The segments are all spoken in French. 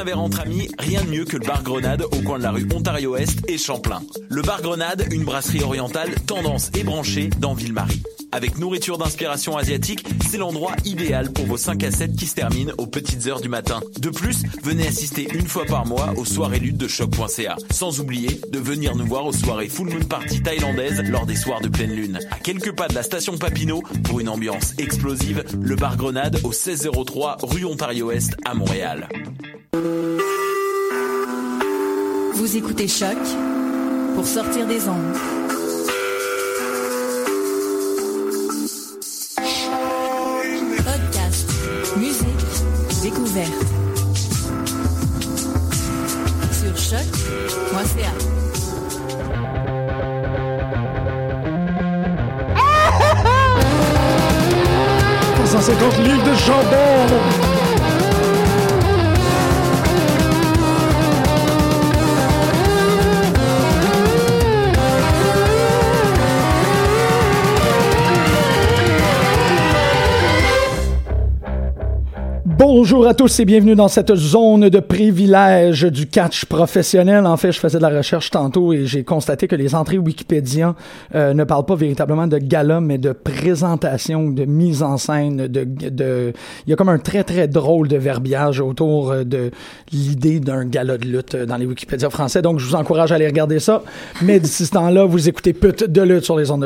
verre entre amis, rien de mieux que le bar Grenade au coin de la rue Ontario-Est et Champlain. Le bar Grenade, une brasserie orientale, tendance et branchée dans Ville-Marie. Avec nourriture d'inspiration asiatique, c'est l'endroit idéal pour vos 5 à 7 qui se terminent aux petites heures du matin. De plus, venez assister une fois par mois aux soirées luttes de choc.ca. Sans oublier de venir nous voir aux soirées Full Moon Party thaïlandaises lors des soirs de pleine lune. À quelques pas de la station Papineau, pour une ambiance explosive, le bar Grenade au 1603 rue Ontario-Est à Montréal. Vous écoutez Choc pour sortir des ondes. Podcast, musique, découverte. Sur choc.ca. 150 livres de jambon. Bonjour à tous et bienvenue dans cette zone de privilège du catch professionnel. En fait, je faisais de la recherche tantôt et j'ai constaté que les entrées Wikipédia ne parlent pas véritablement de gala, mais de présentation, de mise en scène. Il y a comme un très très drôle de verbiage autour de l'idée d'un gala de lutte dans les Wikipédia français. Donc, je vous encourage à aller regarder ça. Mais d'ici ce temps-là, vous écoutez Pute de lutte sur les ondes de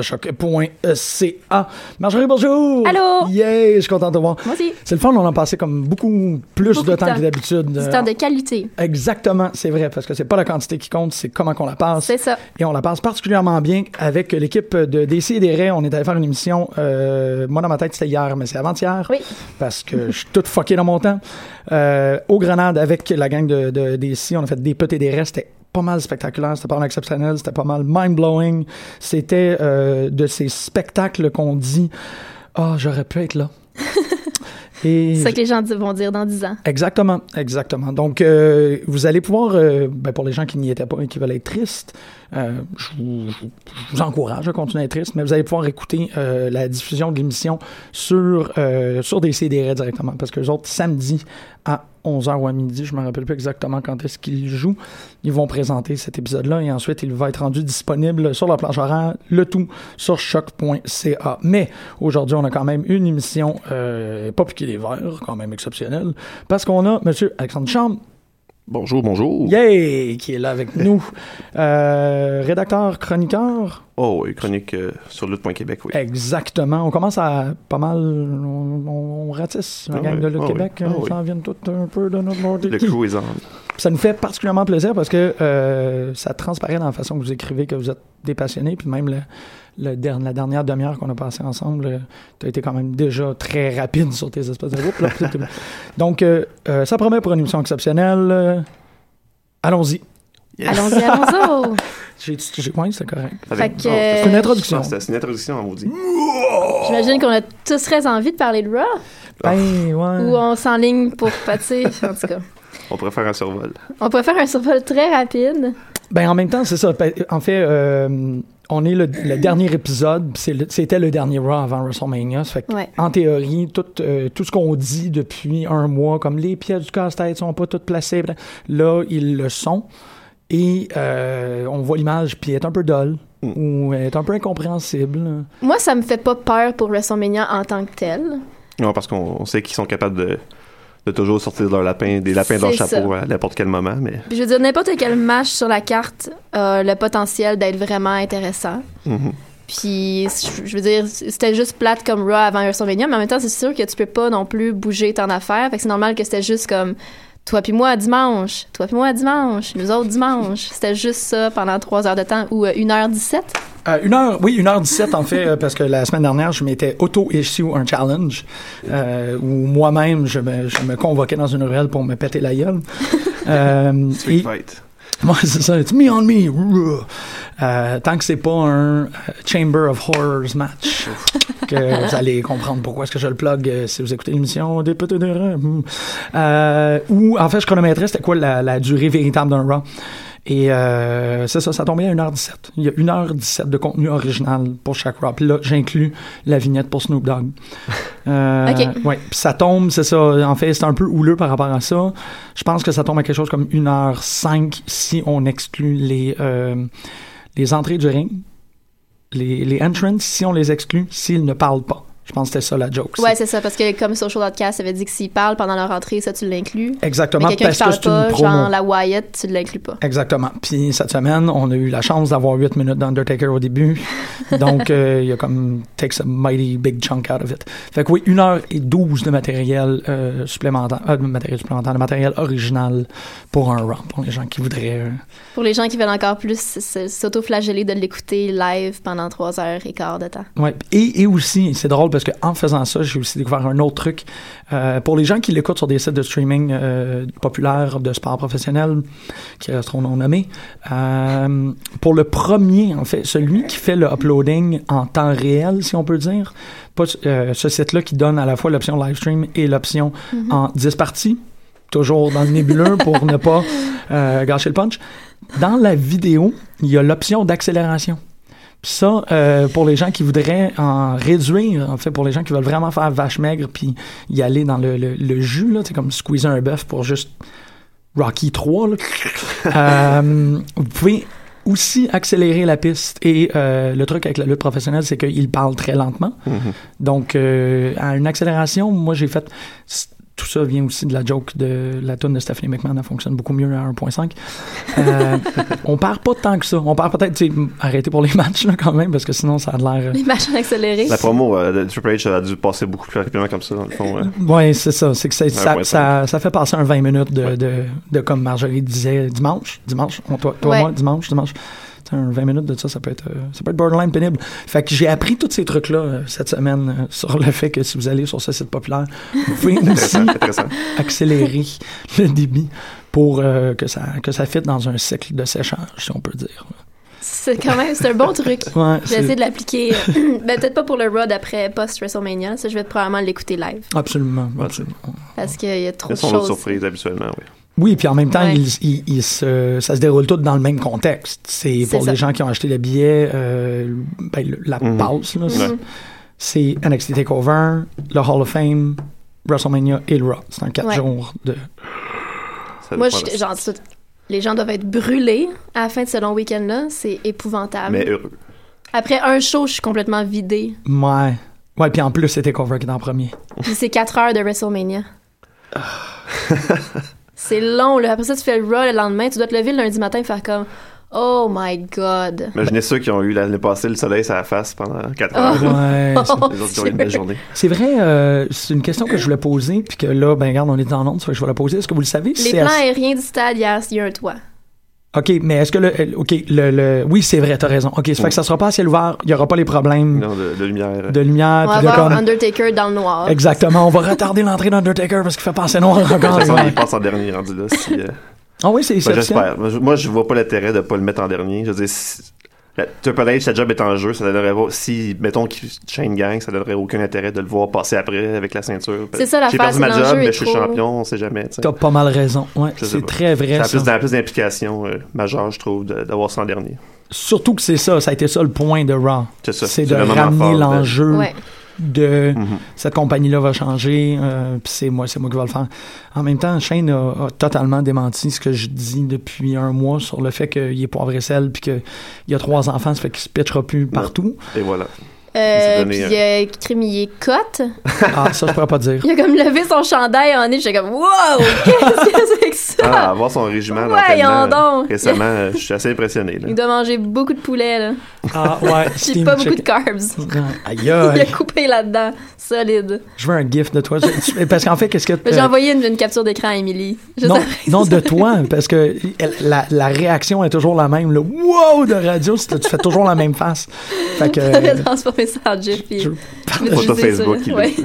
choc.ca. Marjorie, bonjour! Allô! Yeah, je suis content de te voir. Moi aussi. C'est le fun, on a passé comme beaucoup de temps que d'habitude. Du temps de qualité. Exactement, c'est vrai, parce que c'est pas la quantité qui compte, c'est comment qu'on la passe. C'est ça. Et on la passe particulièrement bien avec l'équipe de Décideret. On est allé faire une émission, moi dans ma tête c'était hier, mais c'est avant-hier. Oui. Parce que je suis tout fucké dans mon temps. Au Grenade avec la gang de DC, on a fait des putes et des restes. C'était pas mal spectaculaire, c'était pas mal exceptionnel, c'était pas mal mind-blowing. C'était de ces spectacles qu'on dit « Ah, j'aurais pu être là ». C'est ça que les gens vont dire dans 10 ans. Exactement. Donc, vous allez pouvoir, pour les gens qui n'y étaient pas et qui veulent être tristes, je vous encourage à continuer à être triste, mais vous allez pouvoir écouter la diffusion de l'émission sur Décideret directement, parce que les autres, samedi à 11h ou à midi, je me rappelle plus exactement quand est-ce qu'ils jouent, ils vont présenter cet épisode-là et ensuite il va être rendu disponible sur la planche horaire, le tout sur choc.ca. Mais aujourd'hui, on a quand même une émission pas piqué des verres, quand même exceptionnelle, parce qu'on a M. Alexandre Chambre. Bonjour. Yay! Qui est là avec nous. Rédacteur, chroniqueur. Oh oui, chronique sur lutte.québec, oui. Exactement. On commence à pas mal... On ratisse la gang de Lutte Québec. Oui. Ça en vient tout un peu de notre monde. Le crew est en. Ça nous fait particulièrement plaisir parce que ça transparaît dans la façon que vous écrivez que vous êtes des passionnés. Puis même la dernière demi-heure qu'on a passée ensemble, tu as été quand même déjà très rapide sur tes espèces de groupes. Là. Donc, ça promet pour une émission exceptionnelle. Allons-y. Yes. Allons-y. Oui, c'est correct. C'est une introduction. C'est une introduction, on vous dit. J'imagine qu'on a tous très envie de parler de Raw. Ouais. Ou on s'enligne pour pâtir, en tout cas. On pourrait faire un survol. On pourrait faire un survol très rapide. En même temps, c'est ça. En fait, on est le dernier épisode. C'était le dernier Raw avant WrestleMania. Ça fait que, en théorie, tout ce qu'on dit depuis un mois, comme les pièces du casse-tête sont pas toutes placées, là, ils le sont. Et on voit l'image, puis elle est un peu dull, ou elle est un peu incompréhensible. Moi, ça me fait pas peur pour WrestleMania en tant que tel. Non, parce qu'on sait qu'ils sont capables de toujours sortir des lapins dans le chapeau à n'importe quel moment. Mais... Puis je veux dire, n'importe quel match sur la carte a le potentiel d'être vraiment intéressant. Mm-hmm. Puis, je veux dire, c'était juste plate comme Raw avant WrestleMania, mais en même temps, c'est sûr que tu peux pas non plus bouger ton affaire. Fait que c'est normal que c'était juste comme... Toi puis moi dimanche, nous autres dimanche. C'était juste ça pendant 3 heures de temps ou 1h17. 1h17 en fait, parce que la semaine dernière, je m'étais auto-issue un challenge où moi-même, je me convoquais dans une ruelle pour me péter la gueule. Street fight. Ouais, c'est ça. It's me on me. Tant que c'est pas un Chamber of Horrors match, que vous allez comprendre pourquoi est-ce que je le plug si vous écoutez l'émission des petites erreurs. Ou en fait, je chronométrais c'était quoi la durée véritable d'un Raw. Et c'est ça tombait à 1h17. Il y a 1h17 de contenu original pour chaque Raw. Puis là, j'inclus la vignette pour Snoop Dogg. OK. Ouais, puis ça tombe, c'est ça. En fait, c'est un peu houleux par rapport à ça. Je pense que ça tombe à quelque chose comme 1h05 si on exclut les entrées du ring. Les entrants, si on les exclut, s'ils ne parlent pas. Je pense que c'était ça la joke. Ouais, c'est ça, parce que comme Social Outcast avait dit que s'ils parlent pendant leur entrée, ça, tu l'inclus. Exactement, mais quelqu'un parce qui que parle c'est une pas, promo. genre la Wyatt, tu l'inclus pas. Exactement. Puis cette semaine, on a eu la chance d'avoir 8 minutes d'Undertaker au début. Donc, il y a comme takes a mighty big chunk out of it. Fait que oui, 1h12 de matériel supplémentaire, de matériel original pour un Raw, pour les gens qui voudraient... Pour les gens qui veulent encore plus s'auto-flageller de l'écouter live pendant 3h15 de temps. Ouais. Et aussi, c'est drôle parce qu'en faisant ça, j'ai aussi découvert un autre truc. Pour les gens qui l'écoutent sur des sites de streaming populaires de sport professionnel, qui resteront non nommés, pour le premier, en fait, celui qui fait le uploading en temps réel, si on peut dire, pas ce site-là qui donne à la fois l'option live stream et l'option en 10 parties, toujours dans le nébuleux pour ne pas gâcher le punch. Dans la vidéo, il y a l'option d'accélération. Puis ça, pour les gens qui voudraient en réduire, en fait, pour les gens qui veulent vraiment faire vache maigre puis y aller dans le jus, là, c'est comme squeezer un bœuf pour juste Rocky 3, là. Vous pouvez aussi accélérer la piste. Et le truc avec la lutte professionnelle, c'est qu'il parle très lentement. Donc, à une accélération, moi, j'ai fait... Tout ça vient aussi de la joke de la toune de Stephanie McMahon, elle fonctionne beaucoup mieux à 1.5. On perd pas tant que ça. On perd peut-être, tu sais, arrêter pour les matchs, là, quand même, parce que sinon, ça a l'air... Les matchs en accéléré. La promo de Triple H a dû passer beaucoup plus rapidement comme ça, dans le fond. Oui, c'est ça. C'est que ça fait passer un 20 minutes de comme Marjorie disait, dimanche, toi, moi, dimanche. Un 20 minutes de ça peut être borderline pénible. Fait que j'ai appris tous ces trucs-là cette semaine sur le fait que si vous allez sur ce site populaire, vous pouvez aussi accélérer le débit pour que ça fitte dans un cycle de séchage, si on peut dire. C'est quand même, c'est un bon truc. Ouais, j'ai essayé de l'appliquer. Ben, peut-être pas pour le Raw après post-WrestleMania. Ça, je vais probablement l'écouter live. Absolument. Parce qu'il y a trop de choses. Ils sont d'autres surprises habituellement, oui. Oui, puis en même temps, ça se déroule tout dans le même contexte. C'est pour les gens qui ont acheté le billet, la passe, là, c'est NXT TakeOver, le Hall of Fame, WrestleMania et le Raw. C'est un 4 jours de... Moi, les gens doivent être brûlés à la fin de ce long week-end-là. C'est épouvantable. Mais heureux. Après un show, je suis complètement vidée. Ouais, puis en plus, c'est TakeOver qui est en premier. Puis c'est 4 heures de WrestleMania. C'est long, là. Après ça, tu fais le Raw le lendemain. Tu dois te lever le lundi matin et faire comme « Oh my God! » Imaginez ceux qui ont eu l'année passée le soleil sur la face pendant 4 heures. Ouais, les autres qui ont eu une belle journée. C'est vrai, c'est une question que je voulais poser, puis que là, ben regarde, on est en onde, ça fait que je vais la poser. Est-ce que vous le savez? Les plans aériens du stade, il y a un toit. OK, mais est-ce que oui, c'est vrai, t'as raison. OK, ça fait que ça sera pas à ciel ouvert, il y aura pas les problèmes de lumière. De lumière. On va avoir Undertaker dans le noir. Exactement, on va retarder l'entrée d'Undertaker parce qu'il fait pas assez noir encore. Il passe en dernier rendu là. Ah oui, c'est ça. J'espère. Moi, je vois pas l'intérêt de pas le mettre en dernier. Je veux dire, Triple H, sa job est en jeu, ça donnerait si, mettons qu'il Chain Gang, ça donnerait aucun intérêt de le voir passer après avec la ceinture. C'est ça l'affaire, j'ai perdu ma job, mais je suis trop... champion, on sait jamais. T'sais. T'as pas mal raison, ouais, c'est très vrai. Ça a plus d'implications majeures, je trouve, d'avoir ça en dernier. Surtout que c'est ça a été ça le point de Raw. C'est de ramener l'enjeu Ouais. de cette compagnie-là va changer, puis c'est moi qui vais le faire. En même temps, Shane a totalement démenti ce que je dis depuis un mois sur le fait qu'il est poivre et sel, puis qu'il y a 3 enfants, ça fait qu'il se pitchera plus partout. Et voilà. Puis il a crémillé cote. Ah, ça, je pourrais pas dire. Il a comme levé son chandail en nez, j'étais comme « Wow! Qu'est-ce que c'est que ça? » avoir son régiment donc. Récemment, je suis assez impressionné. Là. Il doit manger beaucoup de poulet, là. Ah, ouais. J'ai pas beaucoup de carbs. Aïe, Il a coupé là-dedans. Solide. Je veux un gif de toi. Parce qu'en fait, qu'est-ce que... J'ai envoyé une capture d'écran à Émilie. Non, de toi, parce que la réaction est toujours la même. Le wow de radio, tu fais toujours la même face. Fait que... J'avais transformé ça en gif. Photo Facebook.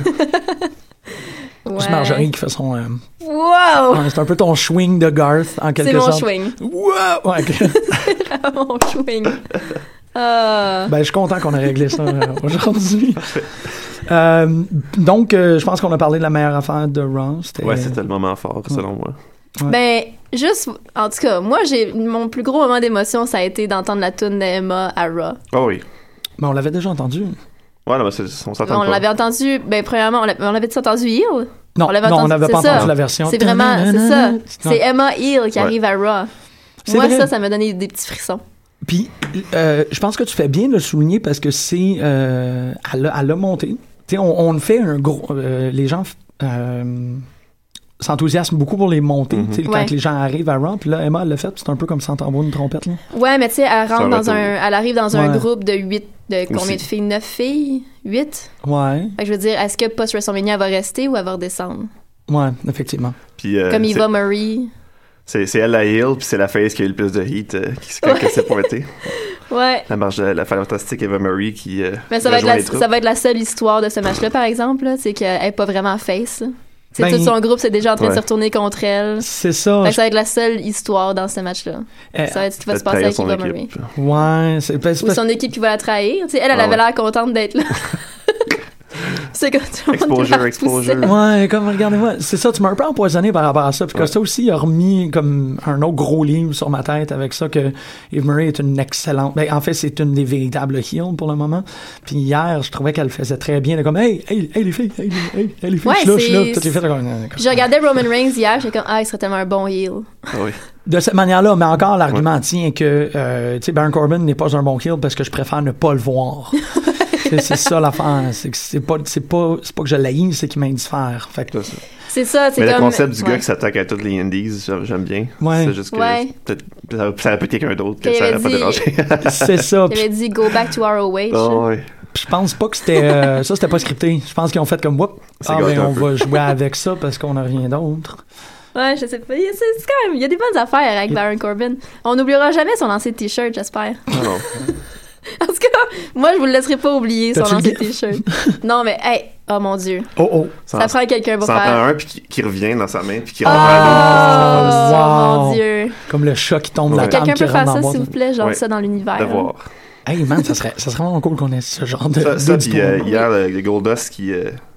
C'est Marjorie qui fait son... Wow! C'est un peu ton swing de Garth, en quelque sorte. C'est mon swing. Wow! Ouais, c'est vraiment mon swing. Ben, je suis content qu'on ait réglé ça aujourd'hui. Donc, je pense qu'on a parlé de la meilleure affaire de Raw. Ouais, c'était le moment fort, selon moi. Ouais. Ben, juste, en tout cas, moi, mon plus gros moment d'émotion, ça a été d'entendre la tune d'Emma à Raw. Oh oui. Mais on l'avait déjà entendu. Ouais, non, mais on s'entend On pas. l'avait entendu, ben, premièrement, on l'avait entendu Heel? Non, On l'avait on entendu, n'avait c'est pas ça. entendu la version. C'est vraiment, c'est ça. C'est Emma Heel qui Ouais. arrive à Raw. C'est Moi, vrai. ça m'a donné des petits frissons. Puis, je pense que tu fais bien de le souligner parce que c'est... elle a monté. Tu sais, on fait un gros... les gens s'enthousiasment beaucoup pour les montées, tu sais, Ouais. quand les gens arrivent à Raw. Puis là, Emma, elle l'a fait. C'est un peu comme sans tambour une trompette, là. Ouais, mais tu sais, elle rentre retour. elle arrive dans un Ouais. groupe de 8, de combien Aussi. de filles? 9 filles? 8? Ouais, Fait que je veux dire, est-ce que post-WrestleMania, elle va rester ou elle va redescendre? ouais, effectivement. Puis, Comme c'est- Eva Marie. C'est elle la heel, puis c'est la face qui a eu le plus de heat qui s'est pointée. Ouais. La fantastique Eva Marie qui. Mais ça va, rejoint les troupes. ça va être la seule histoire de ce match-là, par exemple, là, c'est qu'elle est pas vraiment face. Là. C'est Ben, tout son groupe, c'est déjà en train de ouais. se retourner contre elle. C'est ça. Fait que ça va être la seule histoire dans ce match-là. Euh, Ça va être ce qui va se Peut-être passer trahir avec son Eva Marie. équipe. Ouais, c'est parce Ou son équipe qui va la trahir. Tu sais, elle Ah avait ouais. l'air contente d'être là. C'est comme tout le monde qui la Exposure. repoussait. Ouais, comme regardez-moi, c'est ça, tu m'as un peu empoisonné par rapport à ça, puis que ça aussi, il a remis comme un autre gros livre sur ma tête avec ça, que Eve Marie est une excellente, ben, en fait, c'est une des véritables heels pour le moment, puis hier, je trouvais qu'elle faisait très bien, comme, hey les filles, hey les filles, Ouais, je suis là, c'est- toutes les filles, comme, Puis je regardais Roman Reigns hier, j'étais comme, il serait tellement un bon heel. Ah oui. de cette manière-là, mais encore, l'argument tient que, tu sais, Baron Corbin n'est pas un bon heel parce que je préfère ne pas le voir. C'est ça l'affaire, c'est que c'est pas que je l'haïs, c'est qu'il m'indiffère. Fait que, C'est ça, c'est Mais comme... le concept du ouais. gars qui s'attaque à toutes les indies, j'aime bien. Ouais. C'est juste que Ouais. peut-être ça aurait pu être quelqu'un d'autre que Qu'il ça avait n'aurait pas dit- dérangé. c'est ça. Il avait dit, go back to ROH. Oh, ouais. Puis je pense pas que c'était ça, c'était pas scripté. Je pense qu'ils ont fait comme whoop, C'est ben gâté un on peu. va jouer avec ça parce qu'on a rien d'autre. Ouais, je sais pas. C'est quand même... Il y a des bonnes affaires avec Baron Corbin. On n'oubliera jamais son lancé de T-shirt, j'espère. Non, non. En tout cas, moi, je vous le laisserai pas oublier, son T'as-tu lancé le de T-shirt. Non, mais, hey, oh mon Dieu. Oh. Ça prend quelqu'un pour Ça en faire... prend un puis qui revient dans sa main puis qui Oh, rentre Wow. mon Dieu. Comme le chat qui tombe de la Ouais. canne Quelqu'un qui peut rentre faire dans ça, la boîte. s'il vous plaît, genre Ouais. ça dans l'univers. de voir. Hey man, ça serait vraiment cool qu'on ait ce genre de Ça puis d'histoire. hier, le Goldust qui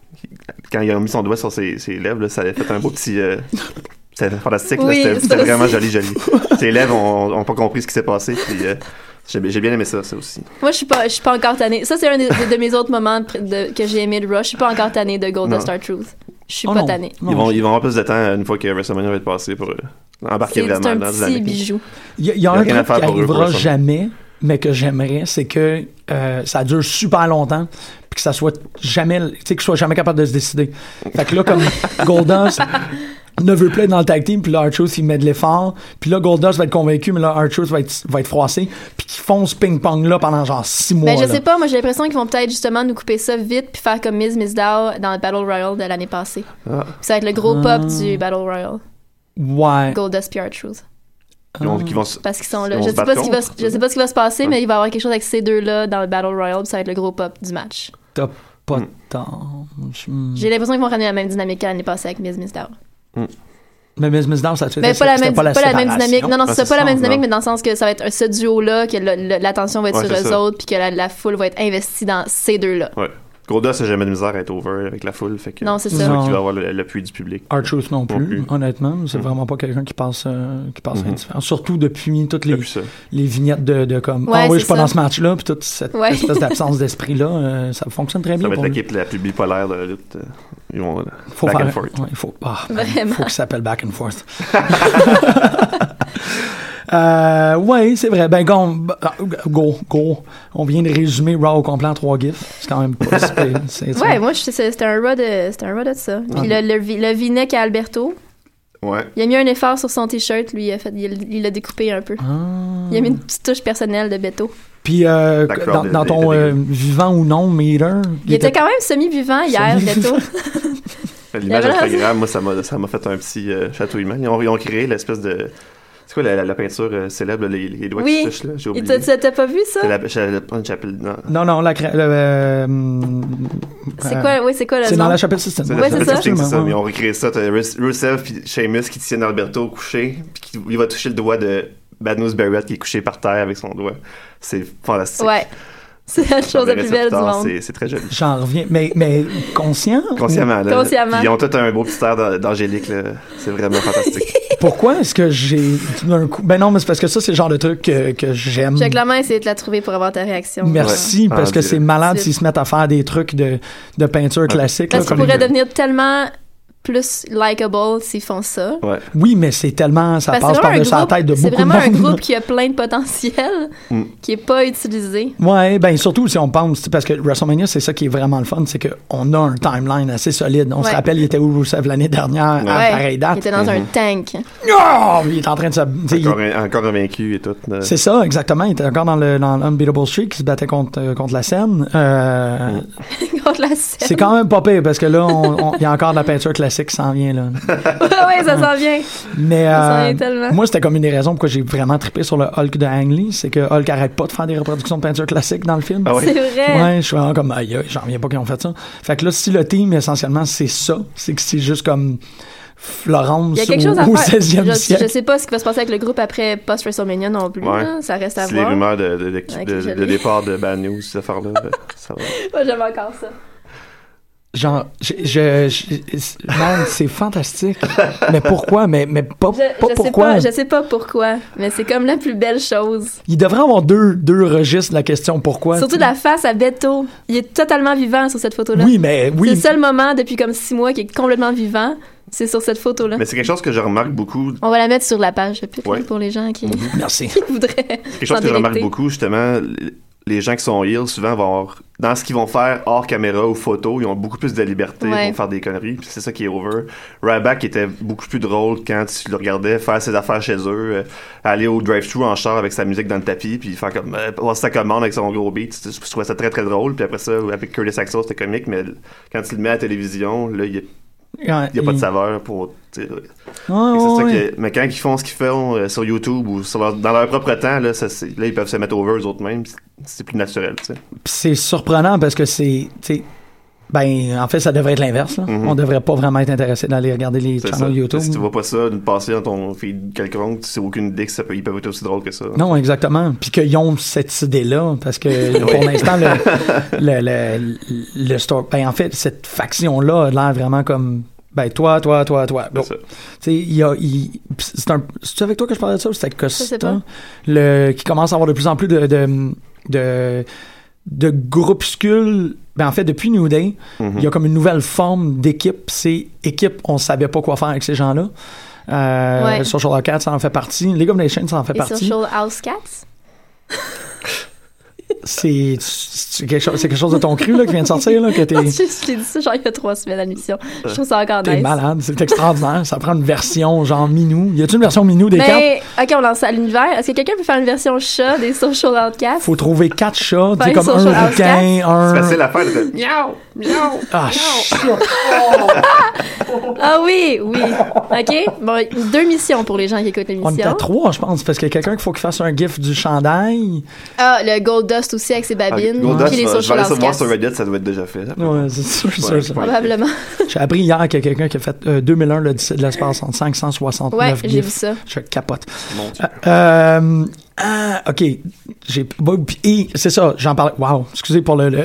quand il a mis son doigt sur ses lèvres, là, ça avait fait un beau petit... c'était fantastique, là, Oui, c'était ça vraiment aussi. joli. Ses lèvres ont pas compris ce qui s'est passé, puis j'ai bien aimé ça aussi. Moi, je suis pas encore tannée. Ça, c'est un de mes autres moments que j'ai aimé de Rush. Je suis pas encore tannée de Goldust Non. R-Truth. Je suis Oh pas non. tannée. Non, Ils vont avoir plus de temps une fois que WrestleMania va être passé pour embarquer C'est vraiment un dans la petit dynamique. bijou. Il y a y a un rien à truc faire qui pour eux, arrivera pour ça. jamais, mais que j'aimerais, c'est que ça dure super longtemps, puis que ça soit jamais, tu sais, que je sois jamais capable de se décider. Fait que là, comme Goldust ne veut plus être dans le tag team, puis là, R-Truth, il met de l'effort, puis là, Goldust va être convaincu, mais là, R-Truth va être froissé, puis qu'ils font ce ping-pong-là pendant genre 6 mois. Ben, je là. sais pas, moi j'ai l'impression qu'ils vont peut-être justement nous couper ça vite puis faire comme Miz Dow dans le Battle Royale de l'année passée. Ah. Ça va être le gros pop du Battle Royale. Ouais. Goldust puis R-Truth. Qui vont se- Parce qu'ils sont Ils là. vont Je se sais battre pas ce qui va se passer, mais il va y avoir quelque chose avec ces deux-là dans le Battle Royale puis ça va être le gros pop du match. T'as pas de temps. J'ai l'impression qu'ils vont ramener la même dynamique qu'à l'année passée avec Miz Dow. Mais Miz Down, ça te fait Mais pas la même séparation. dynamique. Non, c'est pas la même dynamique, non. mais dans le sens que ça va être ce duo-là, que l'attention va être Ouais, sur c'est eux ça. autres, puis que la foule va être investie dans ces deux-là. Ouais. Goldust n'a jamais de misère à être over avec la foule, fait que Non, c'est ça. sûr Non. qu'il va avoir l'appui du public. R-Truth non Non plus, plus. honnêtement. C'est vraiment pas quelqu'un qui passe indifférent. Surtout depuis toutes Depuis ça. les vignettes de comme Ouais, ah oui, je c'est suis pas ça. dans ce match-là, puis toute cette Ouais. espèce d'absence d'esprit-là, ça fonctionne très Ça bien va être pour lui. l'équipe la plus bipolaire de la lutte. Ils vont Faut back faire, and forth. ouais, faut Vraiment. qu'il s'appelle Back and Forth. Ouais, c'est vrai. Ben, go. On vient de résumer Raw au complet en 3 gifs. C'est quand même pas si pire. Ouais, moi, c'était un raw de ça. Puis le V-neck à Alberto, Ouais. il a mis un effort sur son t-shirt, lui, il l'a découpé un peu. Il a mis une petite touche personnelle de Beto. Puis, crowd dans ton était dégueu. vivant ou non meter, Il était quand même semi-vivant hier, Semi-vivant. Beto. L'image Il y avait Instagram, moi, ça m'a fait un petit chatouillement. Ils ont créé l'espèce de... C'est quoi la peinture célèbre, les doigts Oui. qui se touchent, là? J'ai Et oublié. t'as pas vu ça? Une chapelle... Non. Non, C'est quoi, oui, c'est quoi le c'est nom? dans la chapelle Sistine. C'est Ouais, c'est ça. c'est ça. Ouais. Mais ils ont recréé ça. T'as Rusev puis Sheamus qui tiennent Alberto couché, puis il va toucher le doigt de Bad News Barrett qui est couché par terre avec son doigt. C'est fantastique. Ouais. C'est la chose la plus belle du monde. C'est très joli. J'en reviens. Mais conscient? Consciemment, là. Consciemment. Puis ils ont tout un beau petit air d'angélique, là. C'est vraiment fantastique. Pourquoi est-ce que j'ai d'un coup... Ben non, mais c'est parce que ça, c'est le genre de truc que j'aime. J'ai clairement essayé de la trouver pour avoir ta réaction. Merci, Ouais. parce que c'est malade C'est- s'ils se mettent à faire des trucs de peinture classique. Parce là, qu'ils pourraient devenir tellement plus likable s'ils font ça. Ouais. Oui, mais c'est tellement... Ça Parce que passe c'est vraiment par-dessus la tête de c'est beaucoup de vraiment un monde. groupe qui a plein de potentiel, qui est pas utilisé. Ouais, ben surtout si on pense, parce que WrestleMania, c'est ça qui est vraiment le fun, c'est qu'on a un timeline assez solide. On se Ouais. rappelle, il était où Rusev l'année dernière, à pareille Il date. était dans un tank. Oh, il est en train de se... tu sais, Encore invaincu et tout. c'est ça, exactement. Il était encore dans l'Unbeatable Streak, il se battait contre la scène. Contre la scène. C'est quand même pas pire, parce que là, il y a encore de la peinture classique qui s'en vient, là. Ouais, ça s'en vient. Mais Ça s'en vient tellement. moi, c'était comme une des raisons pourquoi j'ai vraiment trippé sur le Hulk de Ang Lee, c'est que Hulk arrête pas de faire des reproductions de peinture classique dans le film. Ah ouais? C'est vrai. Ouais, je suis vraiment comme, aïe, j'en reviens pas qu'ils ont fait ça. Fait que là, si le team, essentiellement, c'est ça, c'est que c'est juste comme Florence Il y a quelque chose à au faire. 16e siècle. Je sais pas ce qui va se passer avec le groupe après post-WrestleMania non plus. Ouais. là. Ça reste à C'est les voir. rumeurs de Ok, je de l'ai. départ de Bad News, cette affaire-là. Ça va. Moi, j'aime encore ça. Genre, man, c'est fantastique. Mais pourquoi? Mais pas pourquoi. Je sais pas pourquoi, mais c'est comme la plus belle chose. Il devrait avoir deux registres de la question pourquoi. Surtout tu sais. la face à Beto. Il est totalement vivant sur cette photo-là. Oui, mais oui. C'est le seul moment depuis comme 6 mois qui est complètement vivant. C'est sur cette photo-là. Mais c'est quelque chose que je remarque beaucoup. On va la mettre sur la page Ouais. pour les gens qui Merci. voudraient. Quelque chose que je remarque beaucoup, justement, les gens qui sont heels, souvent, vont avoir, dans ce qu'ils vont faire hors caméra ou photo, ils ont beaucoup plus de liberté Ouais. pour faire des conneries, puis c'est ça qui est over. Ryback était beaucoup plus drôle quand tu le regardais faire ses affaires chez eux, aller au drive-thru en char avec sa musique dans le tapis, puis faire comme, voir sa commande avec son gros beat. Je trouvais ça très très drôle, puis après ça, avec Curtis Axel, c'était comique, mais quand tu le mets à la télévision, là, il n'y a pas de saveur pour. tu sais, Ouais, c'est ça ouais. mais quand ils font ce qu'ils font sur YouTube ou dans leur propre temps, là, là, ils peuvent se mettre over eux autres mêmes. C'est plus naturel, tu sais. Puis c'est surprenant parce que c'est, tu sais, ben, en fait, ça devrait être l'inverse. Là. On devrait pas vraiment être intéressé d'aller regarder les C'est channels ça. YouTube. Si tu vois pas ça passer dans ton feed quelconque, tu sais aucune idée que ils peuvent être aussi drôles que ça. Non, exactement. Puis qu'ils ont cette idée-là, parce que pour l'instant, le store, ben, en fait, cette faction-là a l'air vraiment comme, ben, toi. Donc, ça. tu sais, c'est avec toi que je parlais de ça ou c'était avec sais Costa? pas. Qui commence à avoir de plus en plus de groupuscules. Ben, en fait, depuis New Day, il y a comme une nouvelle forme d'équipe. C'est équipe, on savait pas quoi faire avec ces gens-là. Ouais. Social Outcasts, ça en fait partie. League of Nations, ça en fait Et partie. Social House Cats. C'est quelque chose de ton cru là, qui vient de sortir, là, que Je l'ai dit ça genre il y a 3 semaines à l'émission. Je trouve ça encore t'es nice. malade. C'est extraordinaire. Ça prend une version genre minou. Y a-tu une version minou des 4? Mais, ok, on lance ça à l'univers. Est-ce que quelqu'un peut faire une version chat des Social Outcasts? Faut trouver 4 chats, tu sais, Faire comme Social un requin, C'est un... facile à faire. Ah, shit. Ah oui. Ok, bon, 2 missions pour les gens qui écoutent On est à l'émission. 3, je pense, parce qu'il y a quelqu'un qu'il faut qu'il fasse un gif du chandail. Ah, le Gold Dust aussi avec ses babines. Goldust, Puis les je vais Social aller voir Outcasts. sur Reddit, ça doit être déjà fait. Ouais, c'est sûr, ça. Probablement. J'ai appris hier qu'il y a quelqu'un qui a fait 2001 l'Odyssée de l'espace en 569 Ouais, gifs. j'ai vu ça. Je capote. Mon Dieu. OK. Et c'est ça, j'en parlais. Wow, excusez pour le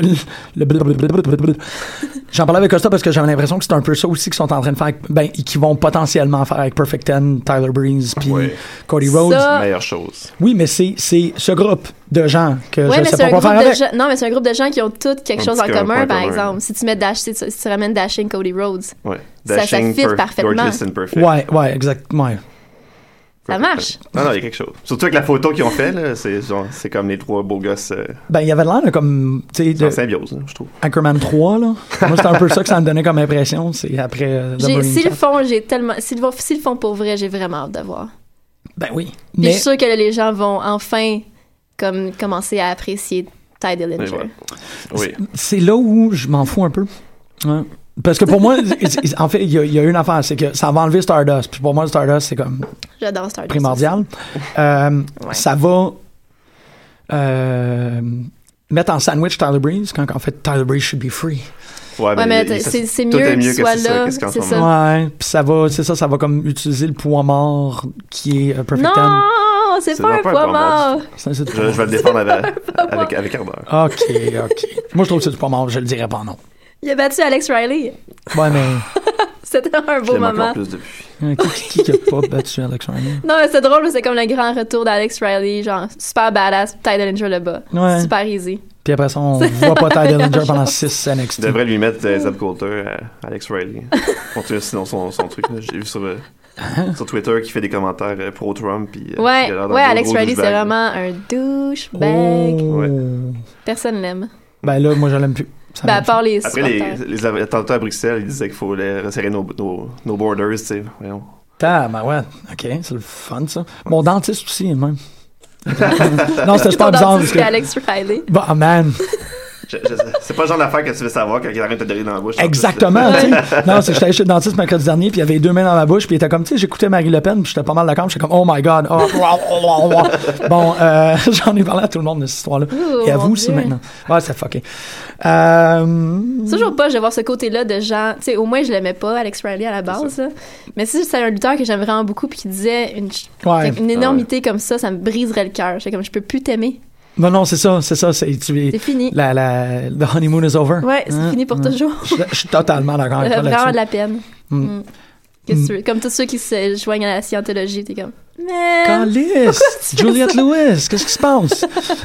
j'en parlais avec Costa parce que j'avais l'impression que c'est un peu ça aussi qu'ils sont en train de faire, ben, qu'ils vont potentiellement faire avec Perfect Ten, Tyler Breeze, puis Ouais. Cody Rhodes. Ça- Meilleure chose. Oui, mais c'est ce groupe de gens que Ouais, je mais sais c'est pas un quoi groupe faire de avec. gens. Non, mais c'est un groupe de gens qui ont tous quelque Un chose en petit commun, point par commun. exemple. Si tu mets si tu ramènes Dashing Cody Rhodes, Ouais. Ça Dashing, fit parfaitement. Gorgeous and Perfect. Ouais, exactement. Ouais. ça marche. Non, il y a quelque chose. Surtout avec la photo qu'ils ont fait, là, c'est comme les 3 beaux gosses Ben, il y avait l'air là, comme, tu sais, en de symbiose, là, je trouve. Anchorman 3, là. Moi, c'était un peu ça que ça me donnait comme impression. C'est après The Marine S'ils le 4. font, s'ils le font pour vrai, j'ai vraiment hâte de voir. Ben oui. Puis je Mais suis sûre que les gens vont enfin comme commencer à apprécier Ty Dillinger. Mais voilà. Oui. c'est là où je m'en fous un peu. Ouais. Parce que pour moi, en fait, il y a une affaire, c'est que ça va enlever Stardust. Puis pour moi, Stardust, c'est comme J'adore Stardust. primordial. Ça va mettre en sandwich Tyler Breeze quand en fait Tyler Breeze should be free. Ouais, mais il- c'est tout mieux est qu'il soit que là, qu'est-ce qu'en c'est ce ça. moment. Ouais, puis ça va comme utiliser le poids mort qui est Perfect Ten. Non, c'est pas un poids mort. C'est du Je poids vais le défendre avec ardeur. mort. OK. Moi, je trouve que c'est du poids mort. Je le dirais pas non. Il a battu Alex Riley. Ouais, mais C'était un Je beau l'aime moment. encore plus depuis. Qui a pas battu Alex Riley? Non, mais c'est drôle, c'est comme le grand retour d'Alex Riley, genre super badass, Ty Dillinger le bas. Ouais. Super easy. Puis après ça, on voit pas Ty Dillinger pendant 6 NXT. Tu devrais lui mettre Zeb Coulter à Alex Riley. Continue sinon son truc. Là. J'ai vu sur Twitter qu'il fait des commentaires pro-Trump. Puis, Ouais, il a l'air d'un ouais, gros Alex Riley, c'est douchebag. vraiment un douchebag. Oh. Ouais. Personne l'aime. Ben là, moi, je l'aime plus. Ça Ben, à m'aime part les Après supporters. les attentats à Bruxelles, ils disaient qu'il faut resserrer nos borders, tu sais. Voyons. Ah, ben ouais, ok, c'est le fun, ça. Mon dentiste aussi, même. Non, c'était super Ton bizarre. dentiste, Parce c'est que... Alex Riley. Bah, man, C'est pas le genre d'affaire que tu veux savoir quand il arrête de te donner dans la bouche. exactement, tu sais. Non, c'est que j'étais allé chez le dentiste mercredi dernier, puis il y avait 2 mains dans ma bouche, puis il était comme, tu sais, j'écoutais Marie Le Pen, puis j'étais pas mal d'accord, j'étais comme, oh my god, Bon, j'en ai parlé à tout le monde de cette histoire-là. Ouh, Et à mon vous aussi Dieu. maintenant. Ouais, c'est fucké. C'est toujours pas, je vais voir ce côté-là de gens. Tu sais, au moins, je l'aimais pas, Alex Riley, à la base. Là. Mais si c'est un lutteur que j'aime vraiment beaucoup, puis qui disait Ouais. une énormité comme ça me briserait le cœur. J'étais comme, je peux plus t'aimer. Non, c'est ça, c'est C'est fini. The honeymoon is over. Ouais, c'est fini pour toujours. Je suis totalement d'accord avec toi Vraiment là-dessus. de la peine. Mm. Qu'est-ce que tu veux? Comme tous ceux qui se joignent à la scientologie, t'es comme, mais. Calice! Juliette Lewis, qu'est-ce qui se passe?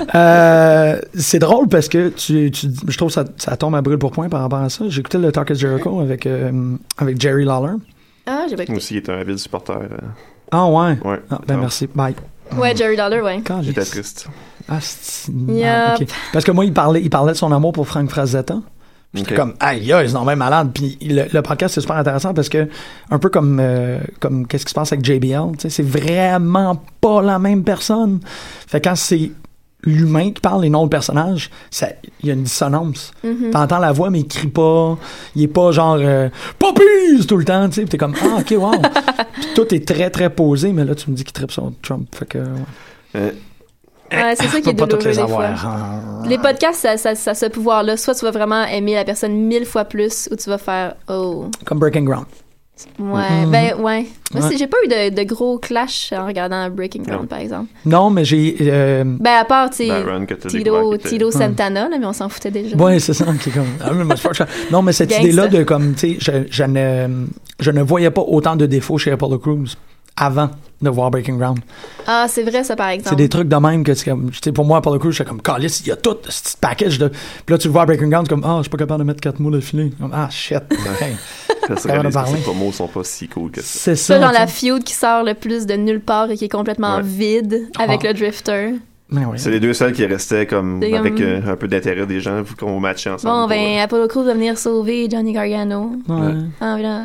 C'est drôle parce que je trouve que ça tombe à brûle pour point par rapport à ça. J'ai écouté le Talk of Jericho avec Jerry Lawler. Ah, j'ai pas Moi écouté. aussi, il est un habile supporter. Ah ouais? Ouais. Ah, ben merci. Bye. Ouais, Jerry Lawler, ouais. Calice. J'étais triste. Ah, c'est... Yep. Ah, ok. Parce que moi, il parlait de son amour pour Frank Frazetta. J'étais Ok. comme, aïe, c'est non même malade. Puis le podcast, c'est super intéressant parce que, un peu comme qu'est-ce qui se passe avec JBL, tu sais, c'est vraiment pas la même personne. Fait que quand c'est l'humain qui parle et non le personnage, il y a une dissonance. Mm-hmm. T'entends la voix, mais il crie pas. Il est pas genre, Poppies tout le temps, tu sais. Puis t'es comme, ah, ok, wow. Puis tout est très, très posé, mais là, tu me dis qu'il tripe sur Trump. Fait que, ouais. Ouais, c'est ça qui est Pas toutes douloureux les des fois. avoir. Les podcasts, ça a ce pouvoir-là. Soit tu vas vraiment aimer la personne 1000 fois plus, ou tu vas faire « Oh, Comme Breaking Ground. ouais, Mhm. ben ouais. Moi, Ouais. j'ai pas eu de gros clash en regardant Breaking Ground, Non. par exemple. Non, mais j'ai... Ben à part, tu sais, Baron que t'as découvert qui était- Tito Santana, là, mais on s'en foutait déjà. Ouais, c'est ça. Qui est comme, ah, mais moi, c'est pas- non, mais cette Gangsta. idée-là de comme, tu sais, je ne voyais pas autant de défauts chez Apollo Crews avant de voir Breaking Ground. Ah, c'est vrai, ça, par C'est exemple. des trucs de même que, tu sais, pour moi, Apollo Crews, j'étais comme, Calice, il y a tout ce petit package de. Puis là, tu le vois à Breaking Ground, c'est comme, ah, je suis pas capable de mettre 4 mots d'affilée. Comme, ah, shit. Hey. Ça se Ça va réalise que parler. ces promos sont pas si cool que ça. C'est Ça, ça. genre tu la sais. feud qui sort le plus de nulle part et qui est complètement Ouais. vide avec Ah. le Drifter. Mais oui. C'est les deux seuls qui restaient comme C'est avec comme- un peu d'intérêt des gens vu qu'on matchait ensemble. Bon, pour, ben, Apollo Crews va venir sauver Johnny Gargano. Ouais. Ah, voilà.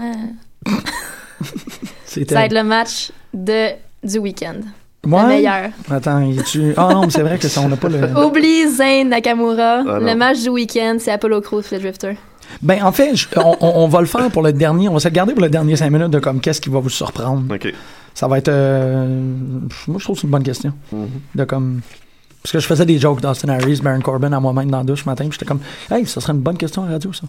C'était. Ça va être le match du week-end. Ouais. Le meilleur. Attends, tu. Ah non, mais c'est vrai que ça, on n'a pas le. Oublie Zayn Nakamura. Ah, le non. match du week-end, c'est Apollo Crews le Drifter. Ben, en fait, on va le faire pour le dernier. On va se le garder pour le dernier 5 minutes de comme qu'est-ce qui va vous surprendre. Ok. Ça va être. Moi, je trouve que c'est une bonne question. Mhm. De comme. Parce que je faisais des jokes d'Austin Harris, Baron Corbin à moi-même dans la douche ce matin, puis j'étais comme, hey, ça serait une bonne question à la radio, ça.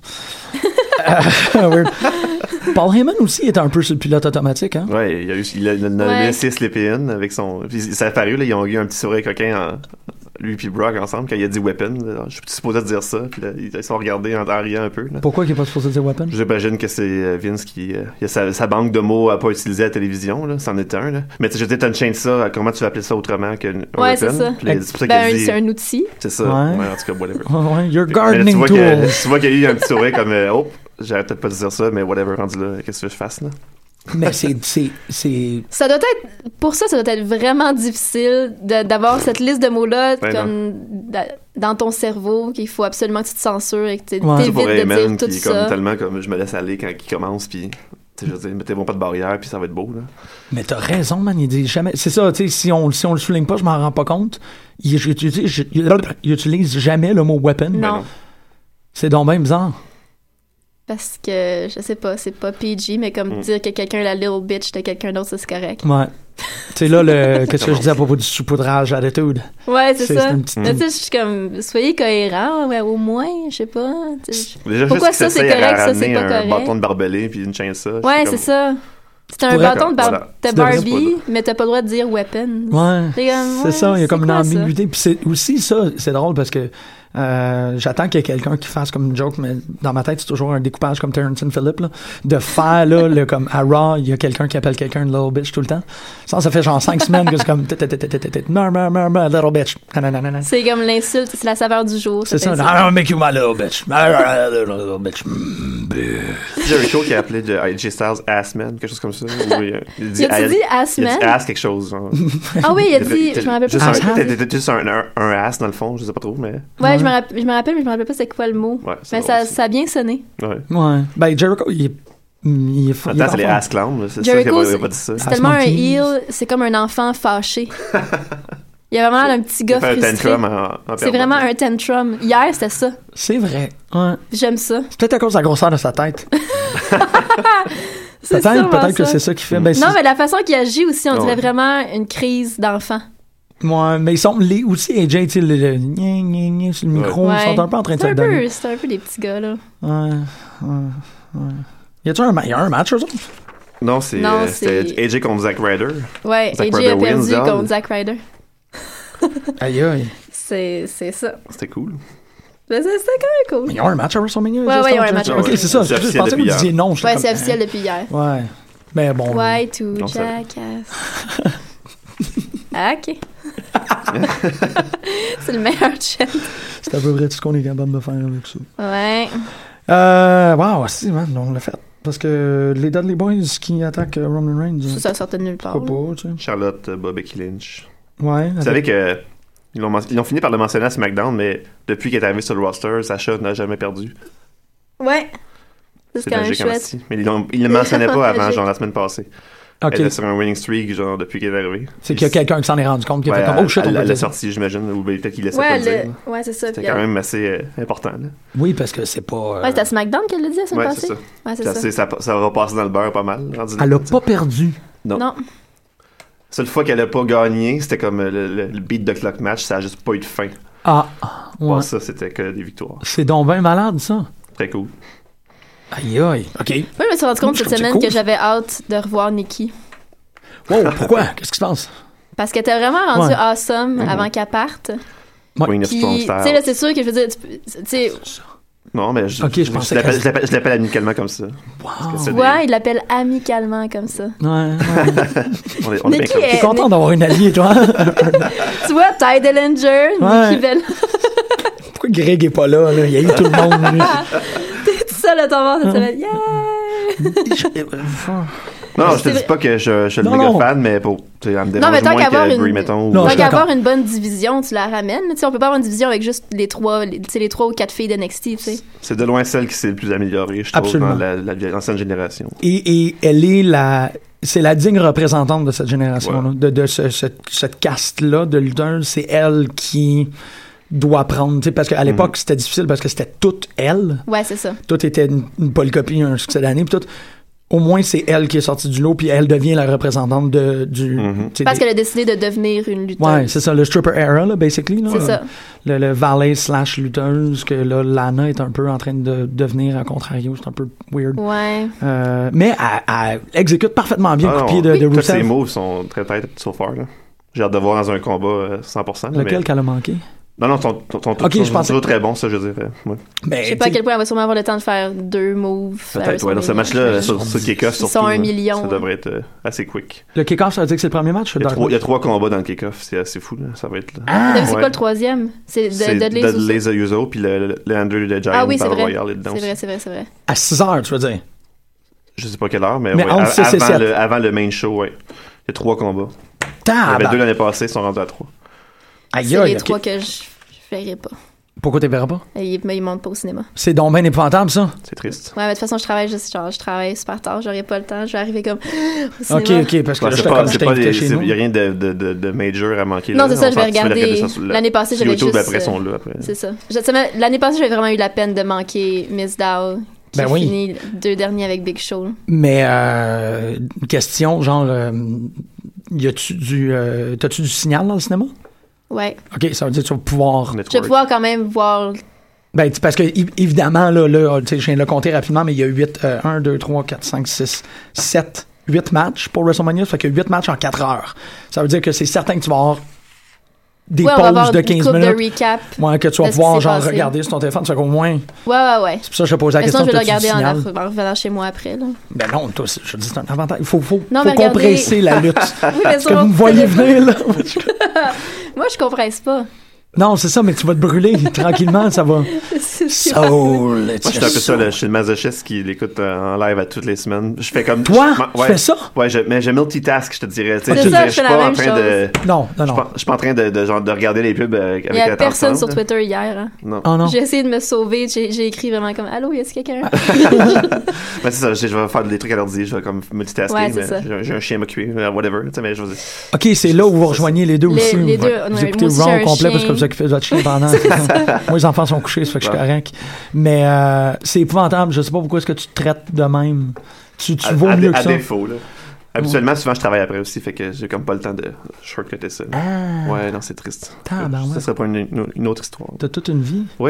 Weird. Paul Heyman aussi est un peu sur le pilote automatique, hein? Ouais, il a nommé Ouais. 6 Lépéine avec son. Puis ça a apparu, là, ils ont eu un petit sourire coquin lui puis Brock ensemble quand il a dit Weapon. Là. Je suis supposé dire ça, puis là, ils se sont regardés en riant un peu. Là. Pourquoi il n'est pas supposé dire weapon? J'imagine que c'est Vince qui il a sa banque de mots à pas utiliser à la télévision, là, c'en est un. Là. Mais tu sais, je dis, t'as une chaîne ça, comment tu vas appeler ça autrement qu'un Ouais, weapon? c'est ça. Puis là, c'est pour ça Ben, qu'il a dit. c'est un outil. C'est ça. Ouais. Ouais, en tout cas, whatever. Ouais, your Mais là, gardening tu vois tool. tu vois qu'il y a eu un petit sourire comme oh, j'arrête peut-être pas de dire ça, mais whatever, rendu là, qu'est-ce que je fasse là? Mais c'est. Ça doit être, pour ça doit être vraiment difficile d'avoir cette liste de mots-là Ouais, comme dans ton cerveau qu'il faut absolument que tu te censures et que tu Ouais. C'est pour t'évites de Heyman dire tout qui est comme ça. tellement comme je me laisse aller quand il commence, puis tu sais, je veux dire, mettez-moi pas de barrière, puis ça va être beau là. Mais t'as raison, man. Il dit jamais. C'est ça, tu sais, si on le souligne pas, je m'en rends pas compte. Il utilise jamais le mot weapon. Non. non. C'est donc bien bizarre. Parce que, je sais pas, c'est pas PG, mais comme dire que quelqu'un est la little bitch de quelqu'un d'autre, ça, c'est correct. Ouais. Tu sais, là, qu'est-ce que je disais à propos du saupoudrage attitude? Ouais, c'est ça. une petite- Mais tu sais, je suis comme, soyez cohérent, ouais, au moins, je sais pas. tu sais. Déjà, Pourquoi juste ça, qu'il c'est s'essaye à correct, ça, c'est ramener pas un correct? bâton de barbelé puis une chaîne ça. Ouais, c'est ça. C'est un pourrais- bâton de Voilà. t'as Tu devrais Barbie, mais t'as pas le droit de dire weapon. Ouais. C'est comme, C'est ouais, ça, il y a c'est comme une quoi, ça? ambiguïté. Puis c'est aussi ça, c'est drôle parce que J'attends qu'il y ait quelqu'un qui fasse comme une joke, mais dans ma tête, c'est toujours un découpage comme Terrence Phillip, là, de faire, là, comme à Raw, il y a quelqu'un qui appelle quelqu'un une little bitch tout le temps. Ça fait genre 5 semaines que c'est comme little bitch. C'est comme l'insulte, c'est la saveur du jour. C'est ça. I'll make you my little bitch. Little bitch. Jericho qui a appelé de AJ Styles Assman, quelque chose comme ça. Il dit Assman? Il a dit Ass quelque chose. Genre. Ah oui, il a dit, je me rappelle pas. T'étais juste un ass dans le fond, je sais pas trop, mais... Ouais, je me rappelle, mais je me rappelle pas c'est quoi le mot. Ouais, mais ça a bien sonné. Ouais. Ben, Jericho, il est attends, c'est les ass clowns, c'est Jericho, ça qu'il a pas dit ça. C'est tellement un heel, c'est comme un enfant fâché. Il y a vraiment un petit gars frustré. C'est vraiment un tantrum. Hier, c'était ça. C'est vrai. Ouais. J'aime ça. C'est peut-être à cause de la grosseur de sa tête. Peut-être que c'est ça qui fait. Ben, non, mais la façon qu'il agit aussi, on dirait vraiment une crise d'enfant. Ouais, mais ils sont aussi AJ, tu sais, le sur le micro, ils sont un peu en train de se donner. C'est un peu des petits gars, là. Ouais. Y a-tu un match, eux autres? Non, c'est AJ contre Zack Ryder. Ouais, Zack AJ Ryder a perdu wins, contre Zack Ryder. Aïe. C'est ça. C'était cool. C'était quand même cool. Mais ils ont un match à WrestleMania? Ouais, ils ont un match. Ok, c'est ça. Je pensais que vous disiez non. Ouais, c'est officiel depuis hier. Ouais. Mais bon. Ouais, tout Jackass. Ah, ok. C'est le meilleur chat. C'est à peu près tout ce qu'on est capable de faire avec ça. Ouais. Wow, si, man, on l'a fait. Parce que les Dudley Boys qui attaquent Roman Reigns. Ça sortait de nulle part. Charlotte, Becky Lynch. Ouais. Vous savez que ils ont fini par le mentionner à SmackDown, mais depuis qu'il est arrivé sur le roster, Sasha n'a jamais perdu. Ouais. C'est quand même chouette. Mais ils le mentionnaient pas avant, genre la semaine passée. Okay. Elle est sur un winning streak, genre, depuis qu'il est arrivé. C'est qu'il y a quelqu'un qui s'en est rendu compte, qui a fait comme, oh shit, on peut elle l'a sorti, j'imagine, ou peut-être qu'il laissait pas le dire. Ouais, c'est ça. C'était quand même assez important, là. Oui, parce que c'est pas... Ouais, c'était à SmackDown qu'elle l'a dit la semaine passée. Ouais, c'est ça. Ça va passer dans le beurre pas mal. Elle a pas perdu. Non. La seule fois qu'elle a pas gagné, c'était comme le beat the clock match, ça a juste pas eu de fin. Ah, ouais. Ça, c'était que des victoires. C'est donc bien malade, ça. Très cool. Aïe, OK. Moi, je me suis rendu compte cette semaine que j'avais hâte de revoir Nikki. Wow, pourquoi? Qu'est-ce qui se passe? Parce qu'elle était vraiment rendue awesome avant qu'elle parte. Queen of Strong Style. Tu sais, là, c'est sûr que je veux dire, tu sais... Non, mais je l'appelle amicalement comme ça. Wow. Ouais, il l'appelle amicalement comme ça. Ouais. on est bien comme ça. T'es content d'avoir une alliée, toi? Tu vois, Ty Dillinger, Nikki Bella. Pourquoi Greg est pas là? Il y a eu tout le monde. T'es tout seul à ton bord cette semaine. Yeah! Non, je te dis pas que je suis le méga fan, mais pour elle me dérange moins que Brie, mettons. Tant qu'à avoir une bonne division, tu la ramènes. Tu sais, on peut pas avoir une division avec juste les 3 ou 4 filles d'NXT, tu sais. C'est de loin celle qui s'est le plus améliorée, je trouve, dans l'ancienne génération. Et elle est c'est la digne représentante de cette génération-là, de cette caste-là de lutteurs. C'est elle qui doit prendre, tu sais, parce qu'à l'époque, c'était difficile parce que c'était toute elle. Ouais, c'est ça. Tout était une polycopie, un succès d'année, puis tout. Au moins, c'est elle qui est sortie du lot, puis elle devient la représentante du... Parce qu'elle a décidé de devenir une lutteuse. Ouais, c'est ça, le stripper era, là, basically. Là, c'est ça. Le valet / lutteuse, que là, Lana est un peu en train de devenir, à contrario, c'est un peu weird. Ouais. Mais elle exécute parfaitement bien le coup de pied de Rusev. Tous ses moves sont très têtes so far, là. J'ai hâte de voir dans un combat 100%. Lequel qu'elle a manqué? Non, sont toujours très bons, ça, je dirais. Ouais. Mais, je sais pas à quel point elle va sûrement avoir le temps de faire 2 moves. Peut-être, ouais. Dans ce match-là, sur le kick-off, surtout, sont 1 million. Ça devrait être assez quick. Le kick-off, ça veut dire que c'est le premier match? Il y a 3 combats dans le kick-off. C'est assez fou, là. Ça va être... C'est quoi le troisième? C'est Dudley's Uso, puis le Andrew the Giant Battle Royale est dedans. C'est vrai. À 6h, tu veux dire? Je sais pas quelle heure, mais avant le main show, ouais. Il y a 3 combats. Il y avait 2 l'année passée, ils sont rendus à 3. C'est les 3 que je verrai pas. Pourquoi tu verras pas? Il monte pas au cinéma. C'est donc bien épouvantable, ça. C'est triste. Ouais, mais de toute façon, je travaille super tard, j'aurai pas le temps, je vais arriver comme au cinéma. OK, parce que là, il y a rien de major à manquer. Non, c'est ça, je vais regarder. L'année passée, j'avais YouTube, juste... après, sont là, après. C'est ça. L'année passée, j'avais vraiment eu la peine de manquer Miss Dow, qui a fini 2 derniers avec Big Show. Mais, question, genre, t'as-tu du signal dans le cinéma? Ouais. OK, ça veut dire que tu vas pouvoir... Je vais pouvoir quand même voir... Ben, parce que, évidemment, là je viens de le compter rapidement, mais il y a 1, 2, 3, 4, 5, 6, 7, 8 matchs pour WrestleMania. Ça fait qu'il y a 8 matchs en 4 heures. Ça veut dire que c'est certain que tu vas avoir des Ouais, on va pauses avoir de une 15 couple minutes. de recap. Ouais, que tu vas de ce pouvoir qui s'est genre passé. regarder sur ton téléphone, c'est qu'au moins. Ouais. C'est pour ça que je te pose la Mais question. sinon, je vais le t'as-tu du regarder signal? en revenant chez moi après. Là. Ben non, toi, je dis c'est un avantage. Il faut Non, mais compresser la lutte. Oui, mais Est-ce que vous me voyez venir, là? Moi, je compresse pas. Non, c'est ça, mais tu vas te brûler tranquillement, ça va. Soul. Moi, je suis un peu ça, je suis le masochiste qui l'écoute en live à toutes les semaines. Je fais comme... Toi, ouais. tu fais ça? Ouais, mais je multitask, je te dirais. C'est ça, je fais la même chose. Non. Je suis pas en train de regarder les pubs avec Il y a attention, personne sur là. Twitter hier. Hein. Non. Oh non. J'ai essayé de me sauver. J'ai écrit vraiment comme « Allô, y a-t-il quelqu'un? » Mais c'est ça, je vais faire des trucs à l'ordi, je vais comme multitasker, Ouais, c'est mais ça. j'ai un chien à m'occuper, whatever, tu sais, mais je veux dire... OK, c'est là où vous rejoignez les deux aussi. Les deux, Vous ouais, écoutez moi aussi, Raw j'ai un au complet parce que chien. vous occupez de votre chien pendant. Moi, les enfants sont couchés, ça fait que je suis correct. Mais c'est épouvantable. Je sais pas pourquoi est-ce que tu te traites de même. Tu vaux mieux que à ça. défaut, là. Habituellement, souvent, je travaille après aussi, fait que j'ai comme pas le temps de shortcutter ça. là. Ah. Ouais, non, c'est triste. Tabarouette. Ça serait pas une autre histoire. T'as toute une vie. Oui.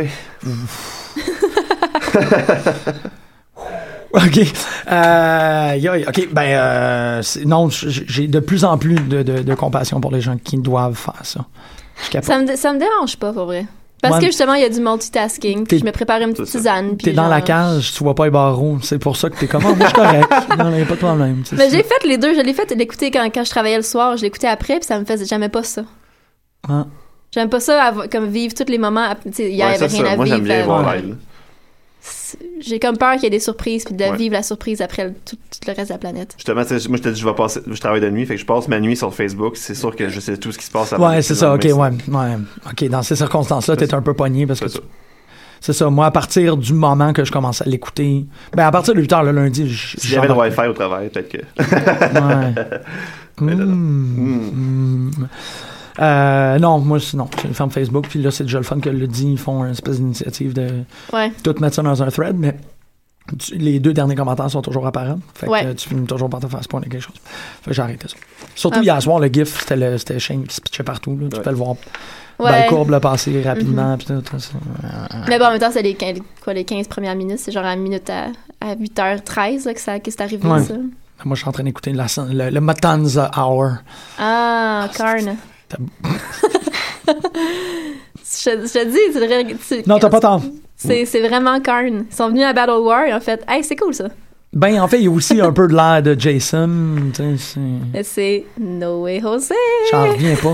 OK. OK. Non, j'ai de plus en plus de compassion pour les gens qui doivent faire ça. Je suis capable. Ça me dérange pas, pour vrai. Parce Ouais. que justement, il y a du multitasking. Puis je me prépare une petite C'est ça. tisane. Puis T'es dans genre- la cage, tu vois pas les barreaux. C'est pour ça que t'es comme, moi, je suis correct. Non, il n'y a pas de problème. C'est Mais ça. j'ai fait les deux. Je l'ai fait l'écouter quand je travaillais le soir. Je l'écoutais après, puis ça me faisait. J'aimais pas ça. Ah. J'aime pas ça, comme vivre tous les moments. Tu sais, il y Ouais, avait c'est rien ça. à Moi, j'aime bien vivre. voir live. J'ai comme peur qu'il y ait des surprises, puis de Ouais. vivre la surprise après tout le reste de la planète. Justement, tu sais, moi, je te dis, je travaille de nuit, fait que je passe ma nuit sur Facebook. C'est sûr que je sais tout ce qui se passe avant. Ouais, c'est ça. OK, ouais. OK, dans ces circonstances-là, t'es un peu pogné parce que C'est ça. c'est ça. Moi, à partir du moment que je commence à l'écouter, à partir de 8h le lundi, S'il y avait le Wi-Fi au travail, peut-être que... Ouais. Mais là, Non, moi, non. J'ai une ferme Facebook, puis là, c'est déjà le fun que le dit, ils font une espèce d'initiative de Ouais. tout mettre ça dans un thread, mais les 2 derniers commentaires sont toujours apparents. Fait Ouais. que tu finis toujours par te faire spawner quelque chose. Fait que j'ai arrêté ça. Surtout Ah. hier soir, le GIF, c'était Shane qui se pitchait partout. Là. Tu peux le voir dans Ouais. le courbe, le passer rapidement. Puis tout ça. Mais bon, en même temps, c'est les 15 premières minutes. C'est genre à 8h13 là, que c'est arrivé, Ouais. ça. Moi, je suis en train d'écouter le Matanza Hour. Ah, Karn. je te dis, Non, t'as pas tort. c'est vraiment Karn. Ils sont venus à Battle War et en fait, hey, c'est cool ça. Ben, en fait, il y a aussi un peu de l'air de Jason. Tu sais, Et c'est No Way Jose. j'en reviens pas.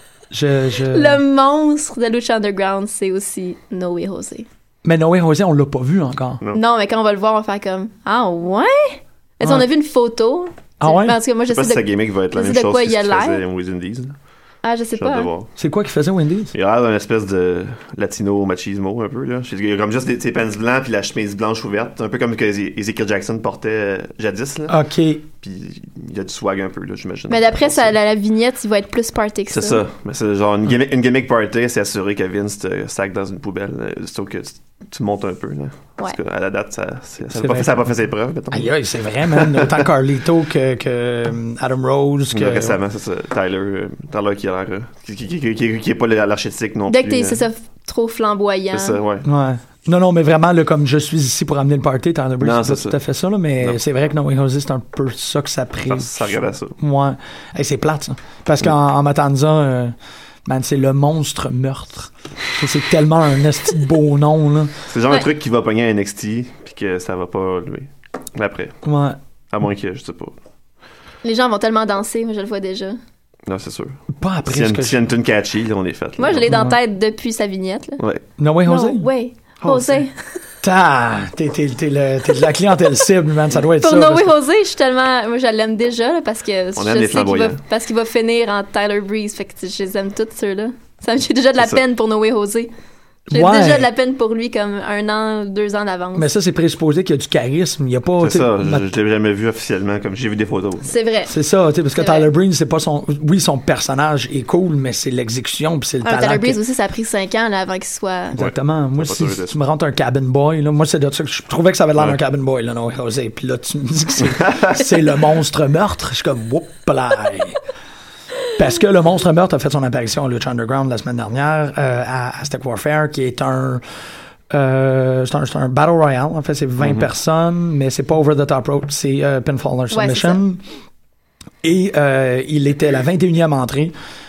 Le monstre de Lucha Underground, c'est aussi No Way Jose. Mais Noé José, on l'a pas vu encore. Non, mais quand on va le voir, on va faire comme Ah ouais? Et Ouais. on a vu une photo. Ah ouais? Parce que moi, je sais pas si sa de... gimmick va être la je même sais de chose quoi que il y a ce qu'il faisait l'air. aux Indies. là. Ah, je sais J'ai hâte pas. de voir. C'est quoi qu'il faisait Wendy's? Il a l'air d'une espèce de latino machismo un peu là. Il y a comme juste ses pants blancs puis la chemise blanche ouverte, un peu comme que Ezekiel Jackson portait jadis là. OK. Puis il y a du swag un peu là, j'imagine. Mais d'après ça, la vignette, il va être plus party que ça. C'est ça. Mais c'est genre une gimmick party, c'est assuré que Vince te sac dans une poubelle, sauf que tu montes un peu là. Parce Ouais. qu'à la date, ça vrai. a pas fait ses preuves. Mettons. Aïe, aïe, c'est vrai, man. Autant Carlito que Adam Rose, que... Récemment, c'est ça. Tyler qui a l'air qui est pas l'archétype non Dès plus. que t'es, c'est ça, trop flamboyant. C'est ça, ouais. Ouais. Non, mais vraiment, là, comme je suis ici pour amener le party, Tyler Non, Breeze, c'est c'est pas tout ça. à fait ça, là, mais Non. c'est vrai que No Way Jose, c'est un peu ça que ça prise. Ça regarde à ça. Ouais. Hey, c'est plate, ça. Parce qu'en Matanza, man, c'est le monstre meurtre. Ça, c'est tellement un esti de beau nom, là. C'est le genre Ouais. de truc qui va pogner à NXT puis que ça va pas lui. Après. Ouais. À moins que, je sais pas. Les gens vont tellement danser, moi je le vois déjà. Non, c'est sûr. Pas après S'il y a ce une, que s'il y a une tune catchy, là, on est fait. Moi je l'ai dans Ouais. la tête depuis sa vignette. Là. Ouais. No Way Jose? No way. Jose. Jose. T'es de la clientèle cible, man. Ça doit être Pour ça. No parce Way que- Jose, je suis tellement. Moi je l'aime déjà là, parce que On je aime les sais qu'il va, flamboyants. parce qu'il va finir en Tyler Breeze. Fait que je les aime toutes ceux-là. J'ai déjà de la C'est ça. peine pour No Way Jose. J'ai Ouais. déjà de la peine pour lui comme 1 an, 2 ans d'avance. Mais ça, c'est présupposé qu'il y a du charisme. Il y a pas... C'est t'sais, ça. ma- Je l'ai jamais vu officiellement, comme j'ai vu des photos. C'est vrai. C'est ça, tu sais, parce que C'est vrai. Tyler Breeze, c'est pas son... Oui, son personnage est cool, mais c'est l'exécution, puis c'est le Ah, talent. Tyler Breeze que- aussi, ça a pris 5 ans là, avant qu'il soit. Exactement. Moi, Ça a si pas toujours été tu me rentres un cabin boy, là, moi, c'est de ça que je trouvais que ça avait l'air d'un cabin boy, là, non, José. Puis là, tu me dis que c'est le monstre meurtre. Je suis comme, whoop, là. Parce que le monstre meurtre a fait son apparition à Lucha Underground la semaine dernière à Aztec Warfare, qui est c'est un Battle Royale. En fait, c'est 20 personnes, mais c'est pas Over the Top Rope, c'est Pinfall or Ouais, Submission. Et il était la 21e entrée.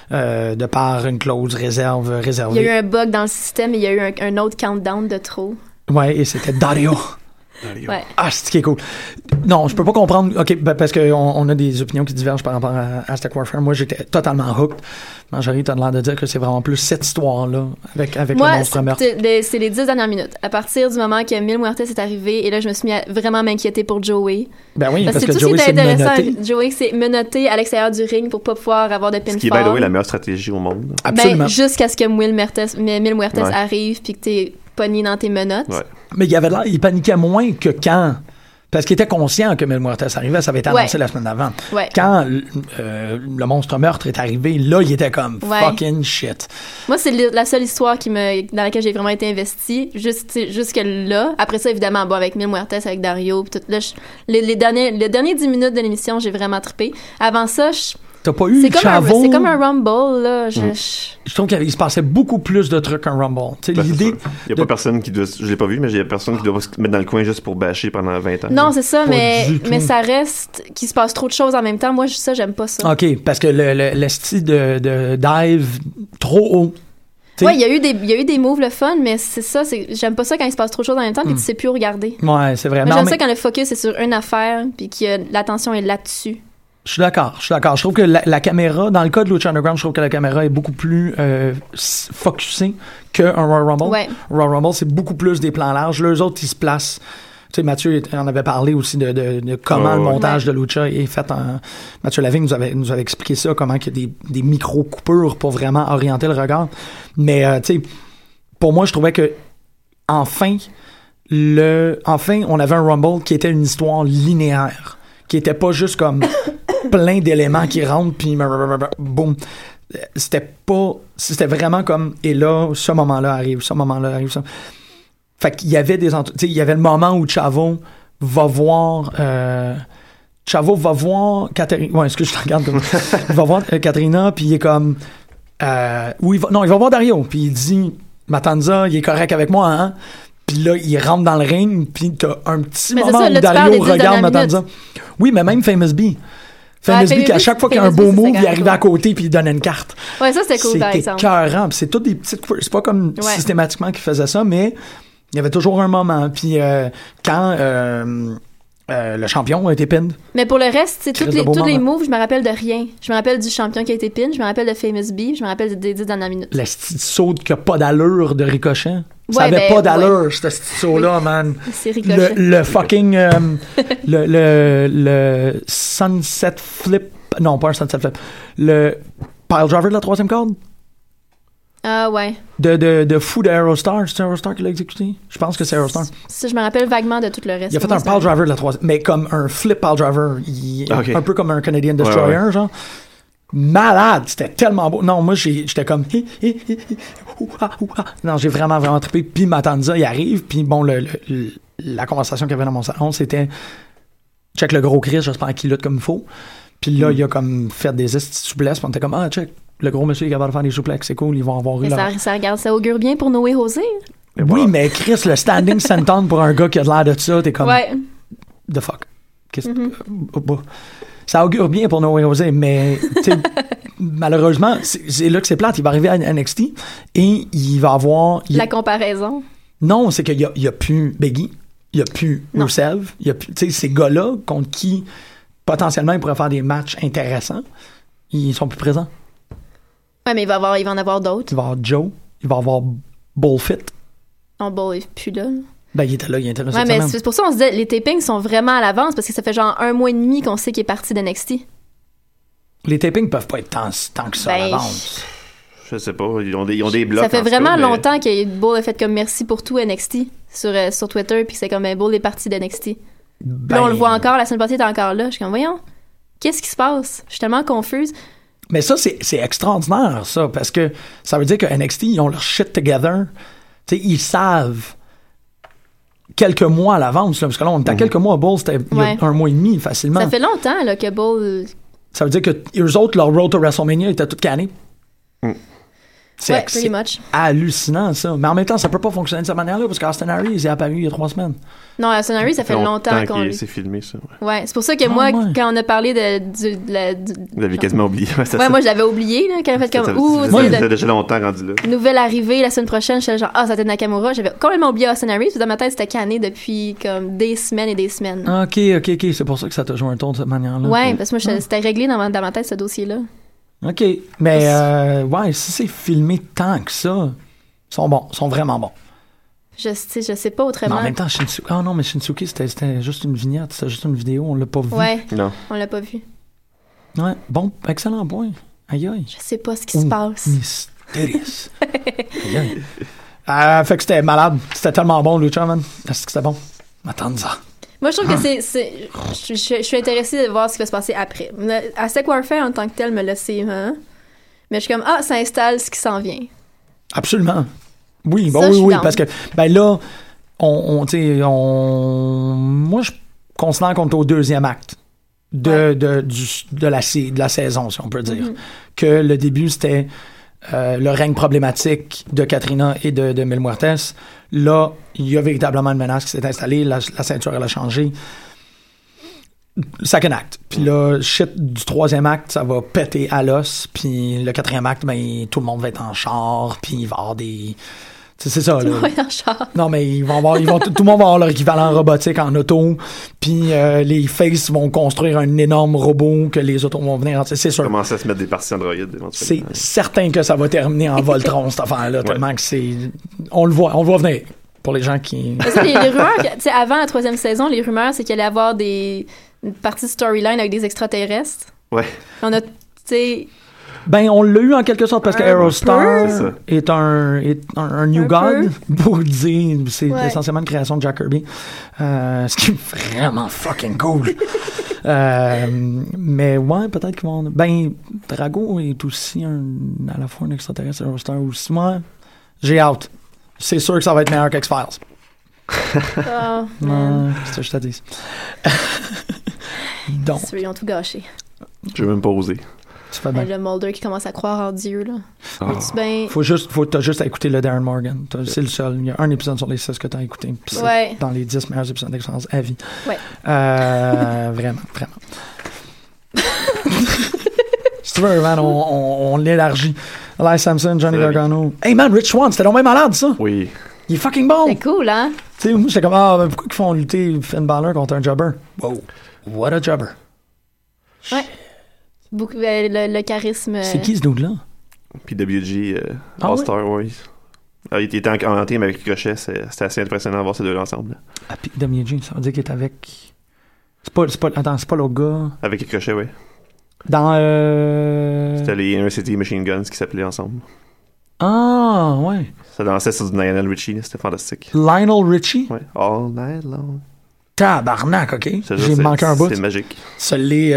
de par une clause réservée. Il y a eu un bug dans le système et il y a eu un autre countdown de trop. Ouais, et c'était Dario. Ouais. Ah, c'est ce qui est cool. Non, je peux pas comprendre. OK, parce qu'on a des opinions qui divergent par rapport à Aztec Warfare. Moi, j'étais totalement hooked. Marjorie, t'as l'air de dire que c'est vraiment plus cette histoire-là avec le monstre meurtre. C'est les 10 dernières minutes. À partir du moment que Mil Muertes est arrivé, et là, je me suis mis à vraiment m'inquiéter pour Joey. Ben oui, parce que tout Joey s'est menotté. Joey s'est menotté à l'extérieur du ring pour pas pouvoir avoir de pinfall. Ce qui est, by the way, la meilleure stratégie au monde. Absolument. Ben, jusqu'à ce que Mil Muertes arrive puis que t'es pogné dans tes menottes. Ouais. Mais il paniquait moins que quand... Parce qu'il était conscient que Mil Muertes arrivait, ça avait été annoncé la semaine d'avant. Ouais. Quand le monstre meurtre est arrivé, là, il était comme fucking shit. Moi, c'est la seule histoire dans laquelle j'ai vraiment été investie. Jusque là. Après ça, évidemment, avec Mil Muertes, avec Dario. Pis tout, là, les derniers 10 minutes de l'émission, j'ai vraiment trippé. Avant ça, T'as pas eu Chavo? C'est comme un Rumble, là. Je trouve qu'il se passait beaucoup plus de trucs qu'un Rumble. L'idée. Il y a pas personne qui doit. Je l'ai pas vu, mais il y a personne qui doit se mettre dans le coin juste pour bâcher pendant 20 ans. Non, c'est ça, mais ça reste qu'il se passe trop de choses en même temps. Moi, ça, j'aime pas ça. OK, parce que le style de dive trop haut. Ouais, il y a eu des moves le fun, mais c'est ça, j'aime pas ça quand il se passe trop de choses en même temps puis tu sais plus où regarder. Ouais, c'est vrai. J'aime ça quand le focus est sur une affaire puis que l'attention est là-dessus. Je suis d'accord. Je trouve que la caméra, dans le cas de Lucha Underground, je trouve que la caméra est beaucoup plus focusée qu'un Royal Rumble. Ouais. Royal Rumble, c'est beaucoup plus des plans larges. Là, eux autres, ils se placent. Tu sais, Mathieu en avait parlé aussi de comment le montage de Lucha est fait. Mathieu Lavigne nous avait expliqué ça, comment il y a des micro-coupures pour vraiment orienter le regard. Mais, tu sais, pour moi, je trouvais que enfin, on avait un Rumble qui était une histoire linéaire, qui était pas juste comme plein d'éléments qui rentrent puis boum. C'était vraiment comme et là ce moment-là arrive. Fait qu'il y avait tu sais, il y avait le moment où Chavo va voir Katerina. Ouais, est-ce que je te regarde comme il va voir Katerina puis il est comme il va voir Dario puis il dit Matanza, il est correct avec moi, hein? Puis là, il rentre dans le ring, puis t'as un petit moment où Dario regarde Matanza. Oui, mais même Famous B. Famous B, qu'à chaque fois qu'il y a un beau move, il arrivait à côté, puis il donnait une carte. Ouais, ça, c'était cool, par exemple. C'était écœurant. Puis c'est toutes des petites... C'est pas comme systématiquement qu'il faisait ça, mais il y avait toujours un moment. Puis quand... le champion a été pinned. Mais pour le reste, tous les moves, je me rappelle de rien. Je me rappelle du champion qui a été pinned, je me rappelle de Famous B, je me rappelle des 10 dernières minutes. Le petite saut qui a pas d'allure de Ricochet. Ça avait pas d'allure, ce petit saut-là, man. C'est Ricochet. Le fucking... le Sunset Flip... Non, pas un Sunset Flip. Le Pile Driver de la troisième corde. Ah, ouais. De fou de Aerostar. C'est Aerostar qui l'a exécuté? Je pense que c'est Aerostar. Ça, je me rappelle vaguement de tout le reste. Il a fait un Pile Driver de la troisième... Mais comme un flip Pile Driver. Un peu comme un Canadian Destroyer, genre. Malade, c'était tellement beau. Non, moi j'étais comme non, j'ai vraiment trippé. Puis Matanza il arrive, puis bon la conversation qu'il y avait dans mon salon, c'était check le gros Chris, j'espère qu'il lutte comme il faut. Puis là il a comme fait des souplesses, puis on était comme check le gros monsieur est capable de faire des souplesses, c'est cool, ils vont avoir eu ça augure bien pour Noé José. Oui, mais Chris, le standing senton pour un gars qui a l'air de ça, t'es comme the fuck. Ça augure bien pour Noé José, mais malheureusement, c'est là que c'est plate. Il va arriver à NXT et il va avoir... La comparaison? Non, c'est qu'il y a plus Biggie, il n'y a plus Rusev, il y a plus... Tu sais, ces gars-là contre qui, potentiellement, ils pourraient faire des matchs intéressants, ils sont plus présents. Ouais, mais il va en avoir d'autres. Il va y avoir Joe, il va y avoir Bullfit. Non, Bull est plus là. Ben, il était là cette semaine. C'est pour ça qu'on se disait, les tapings sont vraiment à l'avance, parce que ça fait genre 1 mois et demi qu'on sait qu'il est parti d'NXT. Les tapings peuvent pas être tant que ça à l'avance. Je sais pas, ils ont des blocs. Ça fait vraiment longtemps que Bull a fait comme merci pour tout NXT sur Twitter, puis c'est comme Bull est parti d'NXT. Là, on le voit encore, la semaine passée, il est encore là. Je suis comme, voyons, qu'est-ce qui se passe? Je suis tellement confuse. Mais ça, c'est extraordinaire, ça, parce que ça veut dire que NXT, ils ont leur shit together. Tu sais, ils savent quelques mois à l'avance, là, parce que là, on était à quelques mois. Bull, c'était il y a 1 mois et demi, facilement. Ça fait longtemps là, que Bull... Ça veut dire que eux autres, leur road to WrestleMania était tout canné. C'est pretty much. hallucinant, ça. Mais en même temps, ça peut pas fonctionner de cette manière-là, parce qu'Austin Harry, il est apparu il y a 3 semaines. Non, Austin Harry, ça fait longtemps qu'on... C'est filmé, ça. Ouais, c'est pour ça que moi, quand on a parlé de Vous l'avez quasiment oublié. moi, je l'avais oublié, là, quand elle a fait comme... Ça fait déjà longtemps rendu là. Nouvelle arrivée la semaine prochaine, j'étais genre, ça c'était Nakamura. J'avais complètement oublié Austin Harry, puis dans ma tête, c'était canné depuis comme des semaines et des semaines. OK. C'est pour ça que ça t'a joué un tour de cette manière-là. Ouais, parce que moi, c'était réglé dans ma tête, ce dossier-là. OK. Mais, si c'est filmé tant que ça, ils sont bons. Ils sont vraiment bons. Je sais pas autrement. Mais en même temps, Shinsuke... Ah non, mais Shinsuke, c'était juste une vignette. C'était juste une vidéo. On l'a pas vu. Ouais, non. On l'a pas vu. Ouais, bon, excellent point. Aïe aïe. Je sais pas ce qui se passe. Mystérieux. Aïe aïe. Fait que c'était malade. C'était tellement bon, Lucha, man. Est-ce que c'était bon? Attends ça. Moi, je trouve que je suis intéressée de voir ce qui va se passer après. Aztec Warfare, en tant que tel, me l'a c'est... Hein? Mais je suis comme, ça installe ce qui s'en vient. Absolument. Oui, Ça, oui, down. parce que, là, moi, je considère qu'on est au 2e acte de la saison, si on peut dire. Que le début, c'était le règne problématique de Katrina et de Mil Muertes. Là, il y a véritablement une menace qui s'est installée, la ceinture, elle a changé. Second act. Puis là, shit du 3e acte, ça va péter à l'os. Puis le 4e acte, tout le monde va être en char. Puis il va y avoir des... C'est ça, là. Tout le monde va être en char. Non, mais tout le monde va avoir leur équivalent robotique en auto. Puis les Faces vont construire un énorme robot que les autos vont venir... C'est sûr. Commencer à se mettre des parties Android éventuellement. C'est certain que ça va terminer en Voltron, cette affaire-là. Tellement que c'est... On le voit venir. Pour les gens qui... Ça, les rumeurs, avant la 3e saison, les rumeurs, c'est qu'il allait y avoir une partie de storyline avec des extraterrestres. Ouais. On a, on l'a eu en quelque sorte parce que Aerostar peu. est un new god pour dire c'est essentiellement une création de Jack Kirby, ce qui est vraiment fucking cool. Mais ouais, peut-être qu'ils vont... Drago est aussi à la fois un extraterrestre, Aerostar aussi. Moi, j'ai hâte. C'est sûr que ça va être meilleur qu'X-Files. c'est c'est ça que je te dis. Donc. Ils ont tout gâché. Je vais même pas oser. Tu fais bien. Le Mulder qui commence à croire en Dieu, là. T'as juste à écouter le Darren Morgan. C'est le seul. Il y a un épisode sur les 6 que t'as écouté. C'est dans les 10 meilleurs épisodes d'Expérience à vie. Ouais. Vraiment. Si tu veux, man, on l'élargit. Elias Samson, Johnny Gargano. Hey man, Rich Swann, c'était donc même malade, ça. Oui. Il est fucking bon. C'est cool, hein? Tu sais, moi, j'étais comme, pourquoi ils font lutter Finn Balor contre un jobber? Wow. What a jobber. Ouais. Beaucoup, le charisme. C'est qui ce dude-là? PWG All-Star, oui. Il était en team avec Ricochet, c'était assez impressionnant de voir ces deux-là ensemble. Ah, PWG, ça veut dire qu'il est avec... C'est pas l'autre gars... Avec Ricochet, oui. Dans... C'était les Inner City Machine Guns qui s'appelaient ensemble. Ah, ouais. Ça dansait sur du Lionel Richie, c'était fantastique. Lionel Richie? Ouais. All night long. Tabarnak, OK. J'ai manqué un bout. C'est magique. Il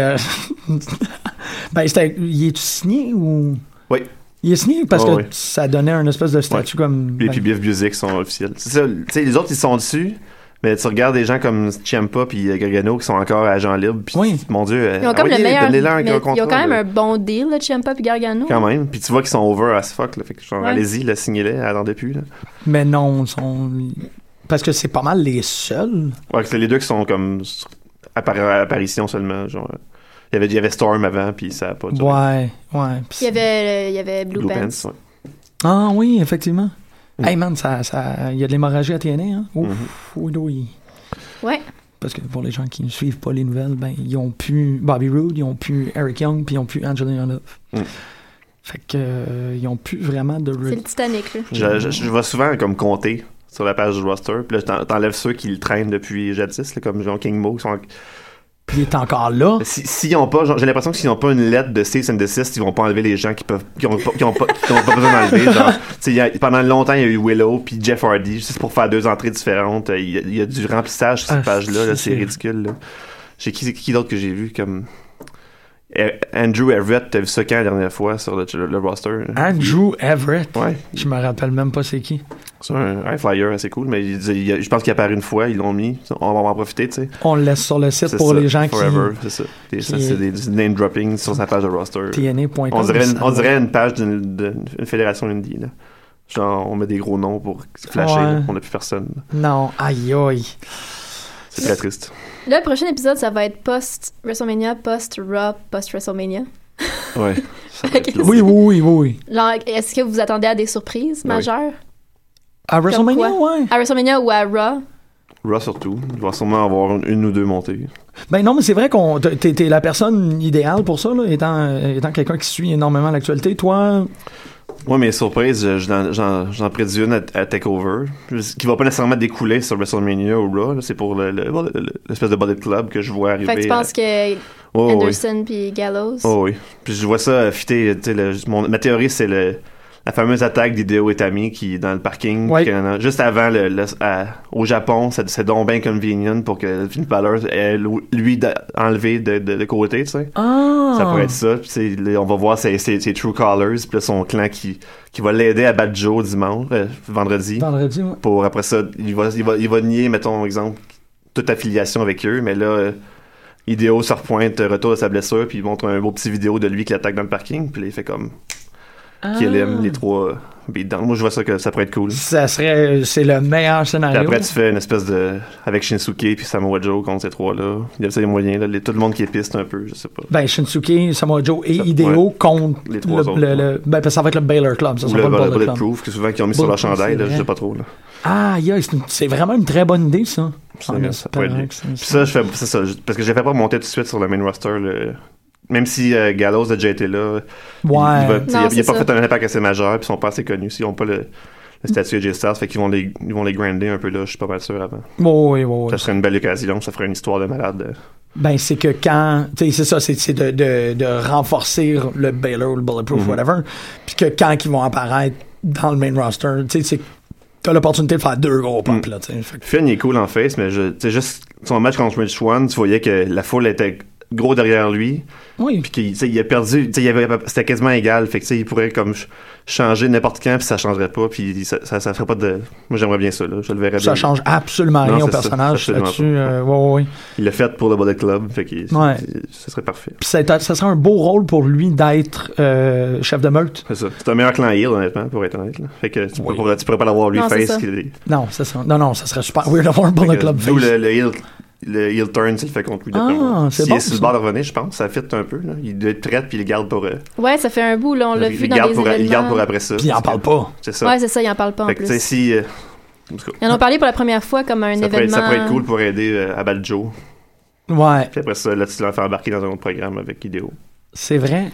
est-tu signé ou... Oui. Il est signé parce que ça donnait un espèce de statut comme... Puis Biff Music sont officiels. C'est ça, tu sais, les autres, ils sont dessus, mais tu regardes des gens comme Ciampa puis Gargano qui sont encore agents libres, puis mon Dieu, ils ont comme le meilleur... Ils ont quand même un bon deal, là, Ciampa puis Gargano. Quand même. Puis tu vois qu'ils sont over as fuck, là. Fait que genre, allez-y, là, signez-les, attendez plus, là. Mais non, ils sont... Parce que c'est pas mal les seuls. Ouais, c'est les deux qui sont comme apparition seulement, genre... Il y avait Storm avant, puis ça a pas duré. Ouais. Il y avait Blue Pants. Ouais. Ah oui, effectivement. Hey man, il y a de l'hémorragie à TNA, hein? Ouf, oui. Ouais. Parce que pour les gens qui ne suivent pas les nouvelles, ils ont pu Bobby Roode, ils ont pu Eric Young, puis ils ont pu Angelina Love. Fait que ils ont pu vraiment de... C'est le Titanic, là. Je vais souvent comme compter sur la page du roster, puis là, t'enlèves ceux qui le traînent depuis jadis, là, comme Jean King Mo, qui sont... Puis il est encore là. S'ils ont pas, j'ai l'impression que s'ils n'ont pas une lettre de cease and desist, ils vont pas enlever les gens qui ont pas besoin d'enlever. Genre, pendant longtemps, il y a eu Willow puis Jeff Hardy, juste pour faire 2 entrées différentes. Il y a du remplissage sur cette page-là. Là, c'est ridicule. Là. J'ai qui d'autre que j'ai vu comme Andrew Everett, t'as vu ça quand la dernière fois sur le roster? Andrew Everett? Ouais. Je me rappelle même pas c'est qui. C'est un high flyer assez cool, mais je pense qu'il est apparu une fois, ils l'ont mis. On va en profiter, tu sais. On le laisse sur le site C'est pour ça, les gens Forever, c'est ça. C'est des name dropping sur sa page de roster. TNA.com. On dirait une page d'une fédération indie, là. Genre, on met des gros noms pour flasher, Ouais. là. On n'a plus personne. Non, aïe aïe. C'est très triste. Là, le prochain épisode, ça va être post-WrestleMania, post-Raw, post-WrestleMania. Ouais. Ça va être Oui, oui, oui, oui. Genre, est-ce que vous attendez à des surprises majeures? À WrestleMania, quoi? ouais. À WrestleMania ou à Raw? Raw surtout. Il va sûrement avoir une ou deux montées. Ben non, mais c'est vrai qu'on t'es la personne idéale pour ça, là, étant quelqu'un qui suit énormément l'actualité. Toi, Ouais, mais surprise, j'en prédis une à TakeOver, qui va pas nécessairement découler sur WrestleMania ou Raw. Là, c'est pour l'espèce de Bullet Club que je vois arriver. Fait que tu penses que Oh, Anderson puis Gallows? Oh oui. Puis je vois ça fitter. Ma théorie, c'est la fameuse attaque d'Hideo Itami qui est dans le parking. Ouais. Juste avant, au Japon, c'est donc bien convenient pour que Finn Balor lui enlevé de côté, tu sais. Ça pourrait être ça. Puis on va voir ses True Colors, puis là, son clan qui va l'aider à battre Joe vendredi. vendredi, ouais. Pour après ça, il va nier, mettons, exemple, toute affiliation avec eux, mais là, Hideo se repointe, retour de sa blessure, puis il montre un beau petit vidéo de lui qui l'attaque dans le parking, puis là, il fait comme qui aime les trois beatdowns. Moi, je vois ça que ça pourrait être cool. C'est le meilleur Puis scénario. après, tu fais une espèce de avec Shinsuke puis Samoa Joe contre ces trois-là. Il y a ça, les moyens, là. Tout le monde qui est piste un peu, je sais pas. Ben, Shinsuke, Samoa Joe et Hideo contre les trois autres. ben, parce que ça va être le Baylor Club, ça Ou sera pas le Bullet Club. Bulletproof, que souvent qu'ils ont mis sur leur Bulletproof, chandail, là, c'est je sais vrai. pas trop, là. Ah, c'est vraiment une très bonne idée, ça. Ça pourrait être lui. Puis ça, c'est ça, parce que je les fais pas monter tout de suite sur le main roster, même si Gallows a déjà été là, Ouais. il a c'est pas ça. fait un impact assez majeur, puis ils sont pas assez connus. Ils ont pas le statut AJ Styles, fait qu'ils vont les grinder un peu là, je suis pas mal sûr avant. Oui. Ça serait une belle occasion, ça ferait une histoire de malade. Ben, c'est que quand. Tu sais, c'est ça, c'est de renforcer le Baylor ou le Bulletproof, whatever. Puis que quand ils vont apparaître dans le main roster, tu sais, t'as l'opportunité de faire deux gros pops, là, tu sais. Fait que- Finn, il est cool en face, mais tu sais, juste son match contre Rich Swann, tu voyais que la foule était gros derrière lui, Oui. puis qu'il tu sais, il a perdu, tu sais, c'était quasiment égal, fait que tu sais, il pourrait comme changer n'importe quand, puis ça changerait pas, puis ça ferait pas de. Moi, j'aimerais bien ça, là, je le verrais bien. Ça change absolument Non, rien au c'est ça, personnage absolument là-dessus. Ouais. Il l'a fait pour le Bullet Club, fait que Ouais. ça serait parfait. Puis ça serait un beau rôle pour lui d'être chef de meute. C'est ça. C'est un meilleur clan heel, honnêtement, pour être honnête. Là. Fait que tu pourrais pas l'avoir lui Non, c'est face. ça. Non, c'est ça. Non, ça serait super weird d'avoir un Bullet Club D'où face. le heel turn, s'il le fait contre lui. d'après moi. c'est S'il bon, est sur ça. le bord de revenir, je pense, ça fit un peu. Là. Il doit être prêt, puis il le garde pour. Ouais, ça fait un bout, là, on l'a vu dans les il garde événements. pour après ça. Puis il en parle pas. C'est ça. Ouais, c'est ça, il en parle pas en Fait que, plus. tu sais, si. En tout cas, Ils en ont parlé pour la première fois comme un ça événement. pourrait être cool pour aider à battre Joe. Ouais, Puis après ça, là, tu l'as fait embarquer dans un autre programme avec Hideo. c'est vrai.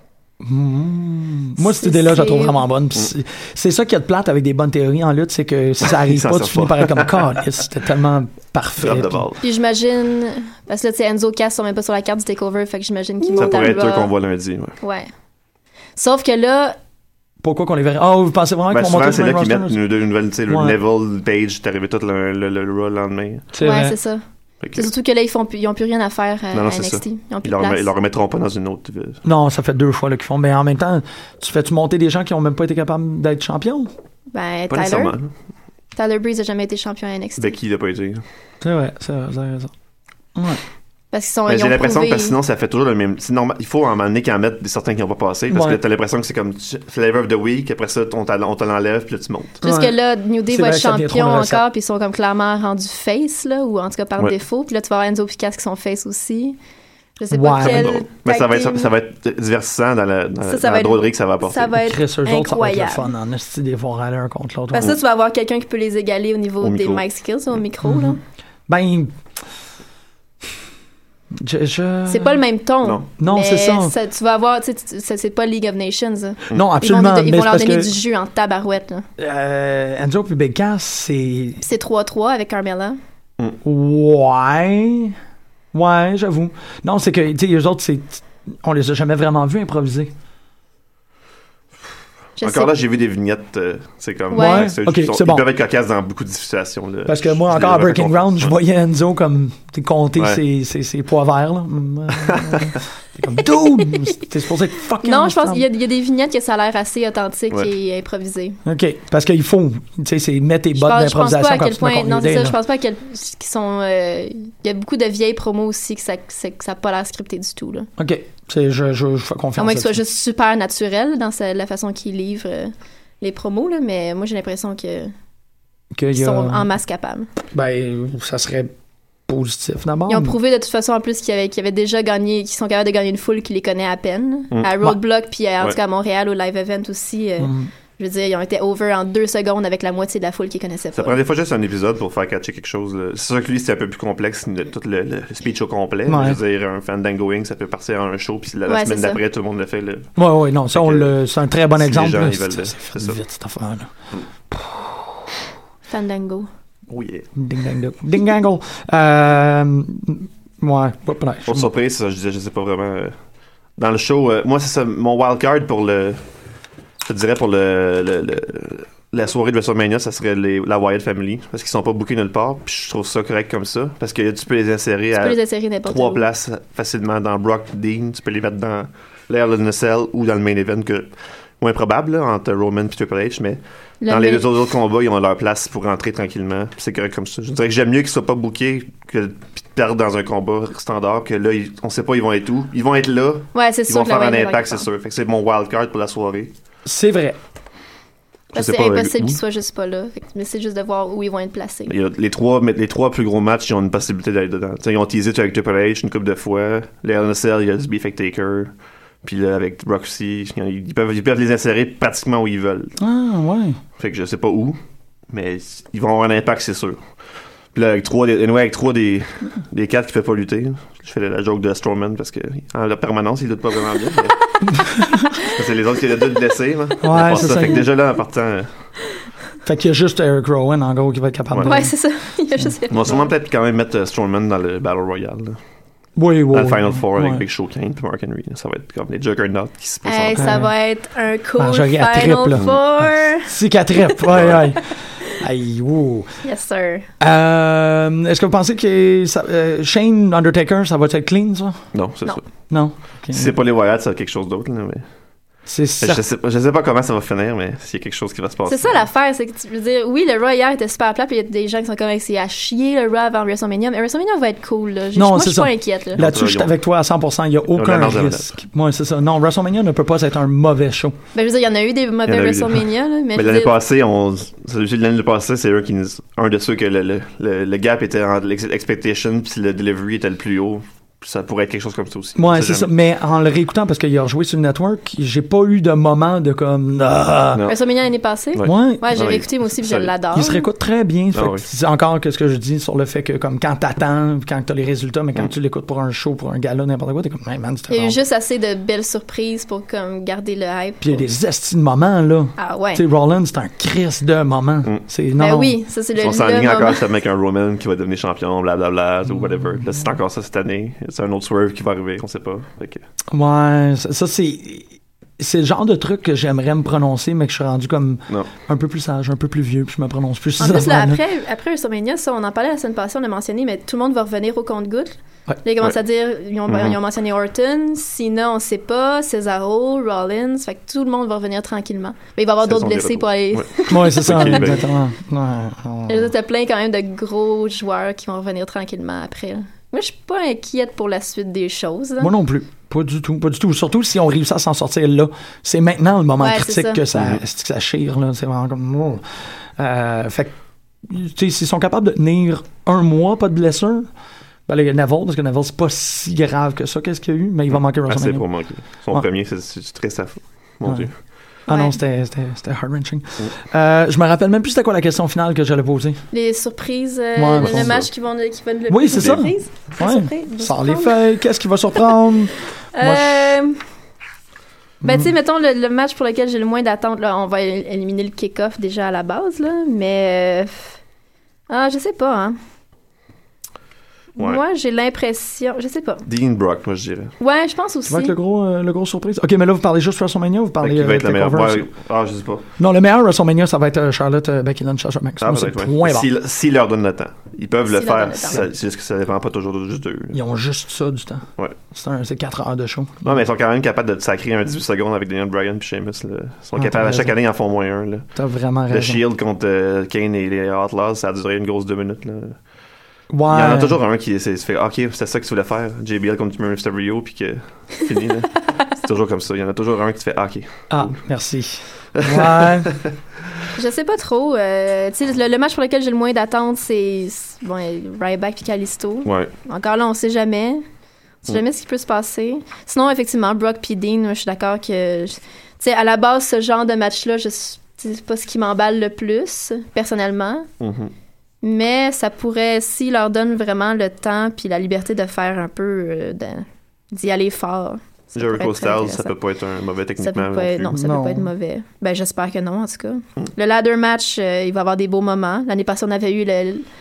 Moi, cette idée-là, je la trouve vraiment bonne. Puis c'est ça qu'il y a de plate avec des bonnes théories en lutte, c'est que si ça arrive Ça pas, sort tu finis pas. par être comme God, c'était tellement parfait. Drop de puis- balle. Puis j'imagine, parce que là, tu sais, Enzo Cass sont même pas sur la carte du takeover, fait que j'imagine qu'ils Ça montent à pourrait être eux Raw. qu'on voit lundi. Ouais. Ouais. Sauf que là, Pourquoi qu'on les verrait? Oh, vous pensez vraiment Ben, qu'ils vont souvent, monter c'est sur là le qu'ils main mettent roster? une nouvelle, tu sais, le Ouais. Neville Page, c'est arrivé tout le Raw le lendemain. C'est ouais, vrai. c'est ça. Fait que- C'est surtout que là, ils ont plus rien à faire Non, à c'est NXT. ça. Ils ont plus Ils de place. leur remettront pas dans une autre. Non, ça fait 2 fois là, qu'ils font. Mais en même temps, tu fais-tu monter des gens qui ont même pas été capables d'être champions? Ben, Pas nécessairement. Tyler Breeze a jamais été champion à NXT. Becky l'a pas été. C'est vrai, vous avez raison. Ouais. Parce qu'ils sont. Mais ils j'ai ont l'impression prouvé- que sinon, ça fait toujours le même. C'est normal. Il faut en moment donné qu'ils en mettent certains qui n'ont pas passé. Parce Ouais. que t'as l'impression que c'est comme Flavor of the Week. Après ça, on te l'enlève, puis là, tu montes. Juste Ouais. que là, New Day C'est va vrai être que ça devient trop champion une recette. encore, puis ils sont comme clairement rendus face, là, ou en tout cas par Ouais. défaut. Puis là, tu vas avoir Enzo et Cass qui sont face aussi. Je sais pas Ouais. quel. Mais ça va tag team. être divertissant dans la Ça va être- drôlerie que ça va apporter. Ça va être Chris, eux autres, ça va être le incroyable. fun. En esti, des fois, râler un contre l'autre. Parce que ça, tu vas avoir quelqu'un qui peut les égaler au niveau Au des micro. mic skills, au micro, là. Ben. C'est pas le même ton. Non. Non, mais c'est ça. Tu vas avoir, tu sais, c'est pas League of Nations. Là. Non, Ils absolument. vont mais leur c'est parce donner que du jus en tabarouette. Là. Enzo puis Big Cass, c'est. Puis c'est 3-3 avec Carmella. Ouais. Ouais, j'avoue. Non, c'est que, tu sais, eux autres, on les a jamais vraiment vus improviser. Je Encore sais. là, j'ai vu des vignettes. C'est comme. Ouais. Ok, ils c'est bon. peuvent être cocasses dans beaucoup de situations. Là. Parce que moi, Je encore à les Breaking aurais Ground, je ouais. voyais Enzo comme compter Ouais. ses poids verts. Là. T'es comme, dude, t'es supposé être fucking... Non, je pense qu'il y a des vignettes que ça a l'air assez authentique Ouais. et improvisé. OK, parce qu'il faut, tu sais, c'est mettre tes bottes Je pense d'improvisation pas à comme quel tu m'as point... Non, convidé, c'est ça, là. je pense pas qu'ils sont... Il y a beaucoup de vieilles promos aussi que ça n'a pas l'air scripté du tout, là. OK, je fais confiance. À moins que ce soit là-dessus. juste super naturel dans la façon qu'ils livrent les promos, là, mais moi, j'ai l'impression qu'ils sont en masse capables. Ben, ça serait positif d'abord. Ils ont prouvé de toute façon en plus qu'ils avaient déjà gagné, qu'ils sont capables de gagner une foule qui les connaît à peine. À Roadblock, puis en tout cas à Montréal, au Live Event aussi. Je veux dire, ils ont été over en 2 secondes avec la moitié de la foule qui connaissait pas. Ça prend des fois juste un épisode pour faire catcher quelque chose. Là. C'est sûr que lui, c'était un peu plus complexe, tout le speech au complet. Ouais. Je veux dire, un Fandangoing, ça peut partir en un show, puis la Ouais, semaine c'est d'après, tout le monde le fait. Là. Ouais, non, ça, c'est un très bon si exemple. les gens, là. ils veulent C'est c'est fait ça. vite, cette affaire-là. Fandango. Oh yeah. Ding dangle. Ouais, pas peut-être. Pour surprise, ça, je sais pas vraiment. Dans le show, moi, c'est ça, mon wildcard pour je dirais pour la soirée de WrestleMania, ça serait la Wyatt Family, parce qu'ils sont pas bookés nulle part, puis je trouve ça correct comme ça, parce que tu peux les insérer à n'importe 3 où. places facilement dans Brock Dean, tu peux les mettre dans l'Hell in a Cell ou dans le main event, que moins probable, là, entre Roman et Triple H, mais dans les deux autres combats, ils ont leur place pour rentrer tranquillement, puis c'est correct comme ça. Je dirais que j'aime mieux qu'ils soient pas bookés que de perdre dans un combat standard, que là, on sait pas ils vont être où. Ils vont être là, Ouais, c'est ils sûr vont que faire la un Wyatt impact, va c'est sûr. Fait que c'est mon wildcard pour la soirée. C'est vrai. Parce Je que sais c'est pas, impossible où. qu'ils soient juste pas là. Mais c'est juste de voir où ils vont être placés. Il y a les trois plus gros matchs, ils ont une possibilité d'aller dedans. T'sais, ils ont teasé avec Triple H une couple de fois. Les LNSL, il y a du Beef Taker. Puis là, avec Brock aussi, ils peuvent les insérer pratiquement où ils veulent. Ah, ouais. Fait que je sais pas où, mais ils vont avoir un impact, c'est sûr. Puis là, avec trois des 4 qui peuvent pas lutter, je fais la joke de Strowman parce que en la permanence, il lutte pas vraiment bien. C'est les autres qui ont deux blessés. Là. Ouais, c'est ça. Fait que déjà là, en partant... Fait qu'il y a juste Eric Rowan, en gros, qui va être capable de... Ouais, c'est ça. Il y a juste... On va sûrement peut-être quand même mettre Strowman dans le Battle Royale. Là. Oui. Dans le Final Four ouais. avec Big Show Kane et Mark Henry. Ça va être comme les Juggernauts qui se présentent. Hey, ça va être un cool Marjorie à Final triple. Four. C'est 4 reps, ouais. Aïe, wow. Yes, sir. Est-ce que vous pensez que Shane Undertaker, ça va être clean, ça? Non, c'est Non. ça. Non? Okay. Si c'est pas les Wyatt, c'est quelque chose d'autre. Là, mais... C'est ça. Je sais pas comment ça va finir, mais s'il y a quelque chose qui va se passer. C'est ça l'affaire, c'est que tu veux dire, oui, le Raw hier était super plat, puis il y a des gens qui sont comme c'est à chier le Raw avant WrestleMania, mais WrestleMania va être cool. Là. Non, moi, je c'est suis pas ça. inquiète. Là. Là-dessus, je suis avec toi à 100%. Il n'y a aucun marge de risque. Ouais, c'est ça. Non, WrestleMania ne peut pas être un mauvais show. Ben, je veux dire, il y en a eu des mauvais WrestleMania, là, mais je veux l'année dire, passée, l'année passée, c'est eux un de ceux que le gap était entre l'expectation puis le delivery était le plus haut. Ça pourrait être quelque chose comme ça aussi. Ouais, c'est ça. Mais en le réécoutant, parce qu'il a rejoué sur le network, j'ai pas eu de moment de comme. Non. WrestleMania l'année passée. Ouais. Ouais. Ouais, j'ai Ouais, réécouté moi aussi, puis je ça- l'adore. Il se réécoute très bien. Fait Ah que oui. c'est encore que ce que je dis sur le fait que comme quand t'attends, quand t'as les résultats, mais quand tu l'écoutes pour un show, pour un gala, n'importe quoi, t'es comme, hey man, c'était Il y a eu vraiment- juste assez de belles surprises pour comme garder le hype. Puis il y a des estis de moments, là. Ah ouais. Tu sais, Rollins, c'est un Chris de moment. C'est, non, Ben non. oui, ça c'est le On s'enligne moment. encore avec un Roman qui va devenir champion, blablabla, ou whatever. Là, c'est encore ça cette année. C'est un autre swerve qui va arriver, on sait pas. Fait que... Ouais, ça c'est le genre de truc que j'aimerais me prononcer, mais que je suis rendu comme Non. un peu plus sage, un peu plus vieux, puis je me prononce plus. En plus, là, affaires-là. après WrestleMania, ça, on en parlait la semaine passée, on l'a mentionné, mais tout le monde va revenir au compte-gouttes. Ouais. Là, ils commencent Ouais. à dire, ils ont mentionné Orton, Cena, on sait pas, Cesaro, Rollins, fait que tout le monde va revenir tranquillement. Mais il va y avoir d'autres Saison des blessés retours. pour aller... Ouais. Ouais, c'est ça, Ok, ben. exactement. Ouais. Et là, t'as plein quand même de gros joueurs qui vont revenir tranquillement après. Là. Moi, je suis pas inquiète pour la suite des choses. Là. Moi non plus. Pas du tout, pas du tout. Surtout si on réussit à s'en sortir là. C'est maintenant le moment Ouais, critique c'est ça. que ça chire, là. C'est vraiment comme... oh. Fait que, tu sais, s'ils sont capables de tenir un mois, pas de blessure, ben, il y a Neville, parce que Neville, c'est pas si grave que ça, qu'est-ce qu'il y a eu, mais il va manquer Assez WrestleMania. pour manquer. Son Ouais. premier, c'est très ça. Mon Ouais. Dieu. Ah non, Ouais. c'était heart-wrenching. Je me rappelle même plus c'était quoi la question finale que j'allais poser. Les surprises, Ouais, le c'est match qui vont le Oui, c'est ça. surprise? La Ouais. surprise? Vous Sors les surprendre? feuilles, qu'est-ce qui va surprendre? Moi, Ben, tu sais, mettons, le match pour lequel j'ai le moins d'attente, là, on va éliminer le kick-off déjà à la base, là, mais... je sais pas, hein. Ouais. Moi, j'ai l'impression... Je sais pas. Dean Brock, moi, je dirais. Ouais, je pense aussi. Ça va être le gros surprise. OK, mais là, vous parlez juste WrestleMania ou vous parlez Qui va être la meilleure. TakeOver? Ouais, ah, je sais pas. Non, le meilleur WrestleMania, ça va être Charlotte, Becky Lynch, Sasha Banks. Ah, Moi, c'est peut-être, point ouais. barre. S'ils leur donnent le temps. Ils peuvent le S'ils leur faire. donnent le temps. C'est juste que ça dépend pas toujours de juste d'eux. là. Ils ont juste ça du temps. Ouais. C'est 4 heures de show. Non, mais ils sont quand même capables de te sacrer un 18 secondes avec Daniel Bryan puis Sheamus. Là. Ils sont Ah, capables, t'as à chaque raison. année, ils en font moins un. Là. T'as vraiment raison. Le Shield contre Kane et les Outlaws, ça a duré une grosse 2 minutes. Là. Ouais. Il y en a toujours un qui se fait OK, c'est ça que tu voulais faire, JBL contre Mysterio, puis que fini. Là. C'est toujours comme ça. Il y en a toujours un qui te fait OK. Ah, merci. Ouais. Je sais pas trop. Tu sais, le match pour lequel j'ai le moins d'attente, c'est bon, Ryback puis Kalisto. Ouais. Encore là, on sait jamais. On sait jamais ce qui peut se passer. Sinon, effectivement, Brock puis Dean, moi, je suis d'accord que... Tu sais, à la base, ce genre de match-là, c'est pas ce qui m'emballe le plus, personnellement. Mm-hmm. Mais ça pourrait, s'ils leur donnent vraiment le temps puis la liberté de faire un peu... d'y aller fort. Ça pourrait Jericho être très Styles, ça intéressant. peut pas être un mauvais Ça techniquement. peut pas être, non non, plus. ça Non. peut pas être mauvais. Ben, j'espère que non, en tout cas. Le ladder match, il va avoir des beaux moments. L'année passée, on avait eu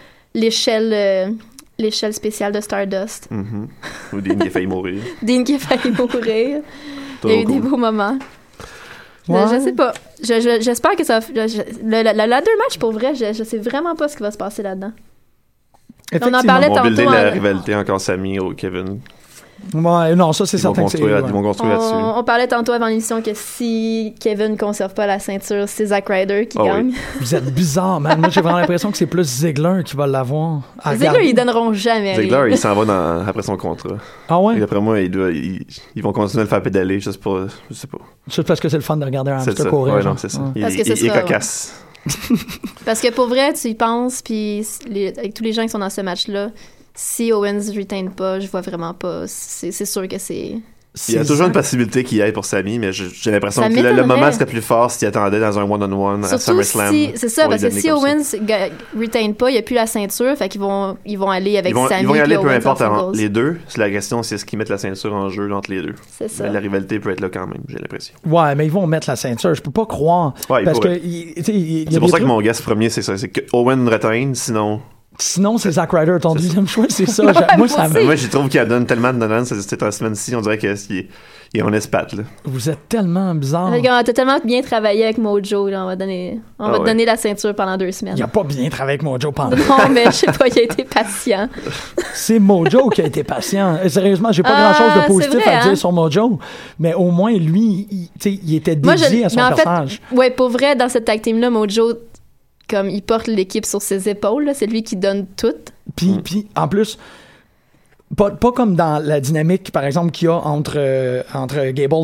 l'échelle spéciale de Stardust. Mm-hmm. Ou Dean qui a failli mourir. Dean qui a failli mourir. Il y a eu des beaux moments. Ouais. Je sais pas. J'espère que ça va... Le ladder match, pour vrai, je sais vraiment pas ce qui va se passer là-dedans. Effectivement. On en parlait Ils vont builder tantôt, la hein. rivalité encore Sami au Kevin. Ouais, non, ça, c'est Ils vont certain que c'est... construire, ouais. ils vont construire là-dessus. On parlait tantôt avant l'émission que si Kevin ne conserve pas la ceinture, c'est Zack Ryder qui Ah oui. gagne. Vous êtes bizarre, man. Moi, j'ai vraiment l'impression que c'est plus Ziggler qui va l'avoir. à Ziggler, regarder. ils donneront jamais Ziggler, rien. il s'en va après son contrat. Ah ouais? Et d'après moi, ils vont continuer à le faire pédaler. Je sais pas. Juste parce que c'est le fun de regarder un C'est hamster ça. courir. Ouais, genre. non, c'est ça. Ouais. Il Parce que ce est sera- cocasse. Parce que pour vrai, tu y penses, puis avec tous les gens qui sont dans ce match-là, si Owens ne retain pas, je vois vraiment pas. C'est sûr que c'est... Il y a C'est toujours ça. une possibilité qu'il y ait pour Sami, mais j'ai l'impression Ça que le m'étonnerait. moment serait plus fort s'il attendait dans un one-on-one à Surtout SummerSlam. si... C'est ça, pour parce lui que donner si comme ça. Owens retain pas, il n'y a plus la ceinture, fait qu'ils vont aller avec Sami Ils vont y aller puis peu Owens importe en avant singles. les deux. C'est la question, c'est ce qu'ils mettent la ceinture en jeu entre les deux. C'est ça. Mais la rivalité peut être là quand même, j'ai l'impression. Ouais, mais ils vont mettre la ceinture. Je peux pas croire. Ouais, ils parce que pourraient. tu sais, il y a C'est pour des ça que trucs- mon guess premier, c'est ça. C'est que Owen retienne, sinon. Sinon, c'est Zack Ryder, ton deuxième choix, c'est ça. Ouais, Moi, moi ça aussi. me- Moi, j'y trouve qu'il donne tellement de donnants cette semaine-ci. On dirait qu'il est en espate, là. Vous êtes tellement bizarre. Fait qu'on a tellement bien travaillé avec Mojo, là, on va Ah te ouais. donner la ceinture pendant 2 semaines. Il a pas bien travaillé avec Mojo pendant. Non, mais je sais pas, il a été patient. C'est Mojo qui a été patient. Et sérieusement, j'ai pas Ah, grand-chose de c'est positif vrai, à dire hein? sur Mojo, mais au moins, lui, tu sais, il était Moi, dédié à son mais en personnage. fait, ouais, pour vrai, dans cette tag team-là, Mojo, comme il porte l'équipe sur ses épaules, là, c'est lui qui donne tout. Puis, en plus, pas comme dans la dynamique, par exemple, qu'il y a entre Gable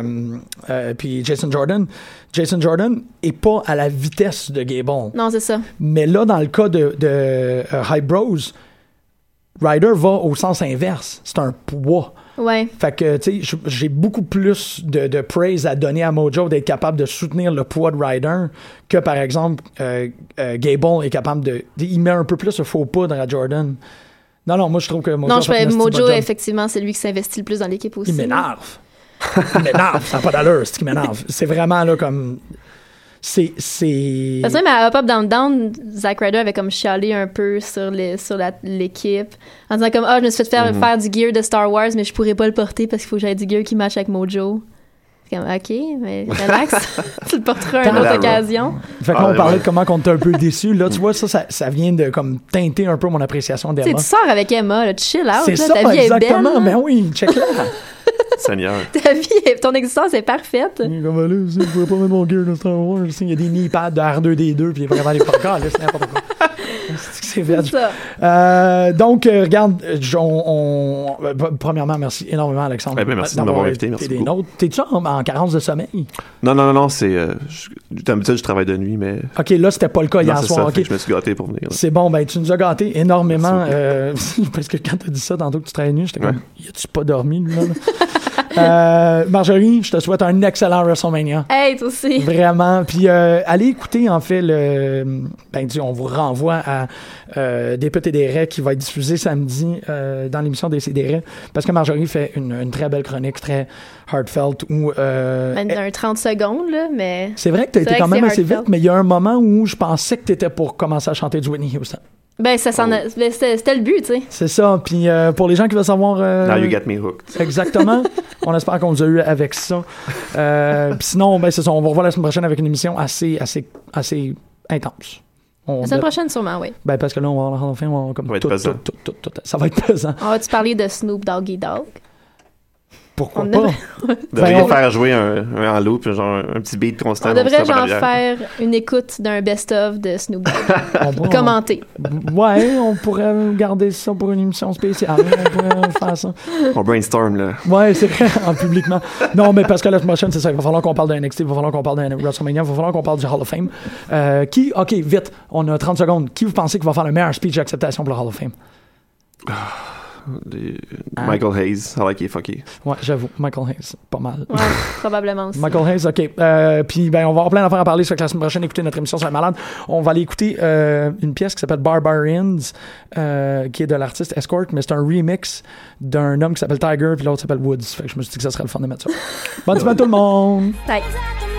puis Jason Jordan. Jason Jordan est pas à la vitesse de Gable. Non, c'est ça. Mais là, dans le cas de Hype Bros, Ryder va au sens inverse. C'est un poids. Ouais. Fait que, tu sais, j'ai beaucoup plus de praise à donner à Mojo d'être capable de soutenir le poids de Ryder que, par exemple, Gable est capable de... Il met un peu plus de faux poudre à Jordan. Non, moi, je trouve que Mojo... Non, a fait un esti de Mojo, bon job. effectivement, c'est lui qui s'investit le plus dans l'équipe aussi. Il m'énerve. Il m'énerve. Ça n'a pas d'allure, c'est ce qui m'énerve. C'est vraiment, là, comme... C'est... Parce que même à Up Up Down Down, Zack Ryder avait comme chialé un peu sur l'équipe en disant comme je me suis fait faire du gear de Star Wars mais je pourrais pas le porter parce qu'il faut que j'aie du gear qui matche avec Mojo. C'est comme ok, mais relax, tu le porteras à une autre Voilà. occasion. Fait que là, on ouais. parlait de comment on était un peu déçus. Là, tu vois, ça vient de comme teinter un peu mon appréciation Tu sais, d'Emma. tu sors avec Emma, là, tu chill out, C'est là, ça, ta vie exactement. est belle. Ben oui, check là. Seigneur. Ta vie, ton existence est parfaite. Comme là, je pouvais pas mettre mon gear de Star Wars. Il y a des knee pads de R2D2 puis il est vraiment des podcasts. Là, c'est n'importe quoi. C'est veg. C'est ça. Donc, regarde, premièrement, merci énormément, Alexandre. Eh ben, merci de m'avoir invité, merci été des beaucoup. nôtres. T'es-tu en carence de sommeil? Non, c'est... D'habitude, je travaille de nuit, mais... OK, là, c'était pas le cas Non, hier c'est soir. ça, OK. fait que je me suis gâté pour venir. là. C'est bon, ben tu nous as gâtés énormément. Parce que quand t'as dit ça tantôt que tu travaillais nuit, j'étais comme, y a-tu pas dormi, lui, là? Marjorie, je te souhaite un excellent WrestleMania. Hey, toi aussi. Vraiment. Puis allez écouter, en fait, on vous renvoie à Des Putes et des Raies qui va être diffusé samedi dans l'émission des CDR parce que Marjorie fait une très belle chronique, très heartfelt. Où, Un 30 secondes, là, mais... c'est vrai que t'as C'est été vrai quand que même c'est assez vite, heartfelt. mais il y a un moment où je pensais que t'étais pour commencer à chanter du Whitney Houston. Ben, c'était le but, tu sais. C'est ça. Puis pour les gens qui veulent savoir... Now you get me hooked. Exactement. On espère qu'on vous a eu avec ça. Puis sinon, ben, c'est ça. On va revoir la semaine prochaine avec une émission assez intense. La semaine prochaine, sûrement, oui. Ben, parce que là, on va avoir enfin, comme ça va être pesant. Ça va être pesant. On va-tu parler de Snoop Doggy Dogg? Pourquoi On pas? Devrait faire jouer un en loop, genre un petit beat constant. On devrait genre faire une écoute d'un best-of de Snoop Dogg. Commenter. Ouais, on pourrait garder ça pour une émission spéciale. On pourrait faire ça. On brainstorm, là. Ouais, c'est vrai, en publiquement. Non, mais parce que la semaine prochaine, c'est ça. Il va falloir qu'on parle d'un NXT, il va falloir qu'on parle d'un WrestleMania, il va falloir qu'on parle du Hall of Fame. OK, vite, on a 30 secondes. Qui vous pensez qui va faire le meilleur speech d'acceptation pour le Hall of Fame? Michael Hayes, I like it fucky. Ouais, j'avoue, Michael Hayes, pas mal. Ouais, probablement aussi. Michael Hayes, OK. Puis ben, on va avoir plein d'affaires à parler, ça fait que la semaine prochaine, écouter notre émission sur la malade. On va aller écouter une pièce qui s'appelle Barbarians, qui est de l'artiste Escort, mais c'est un remix d'un homme qui s'appelle Tiger, puis l'autre s'appelle Woods. Fait que je me suis dit que ça serait le fun de mettre ça. Bonne semaine tout le monde! Bye.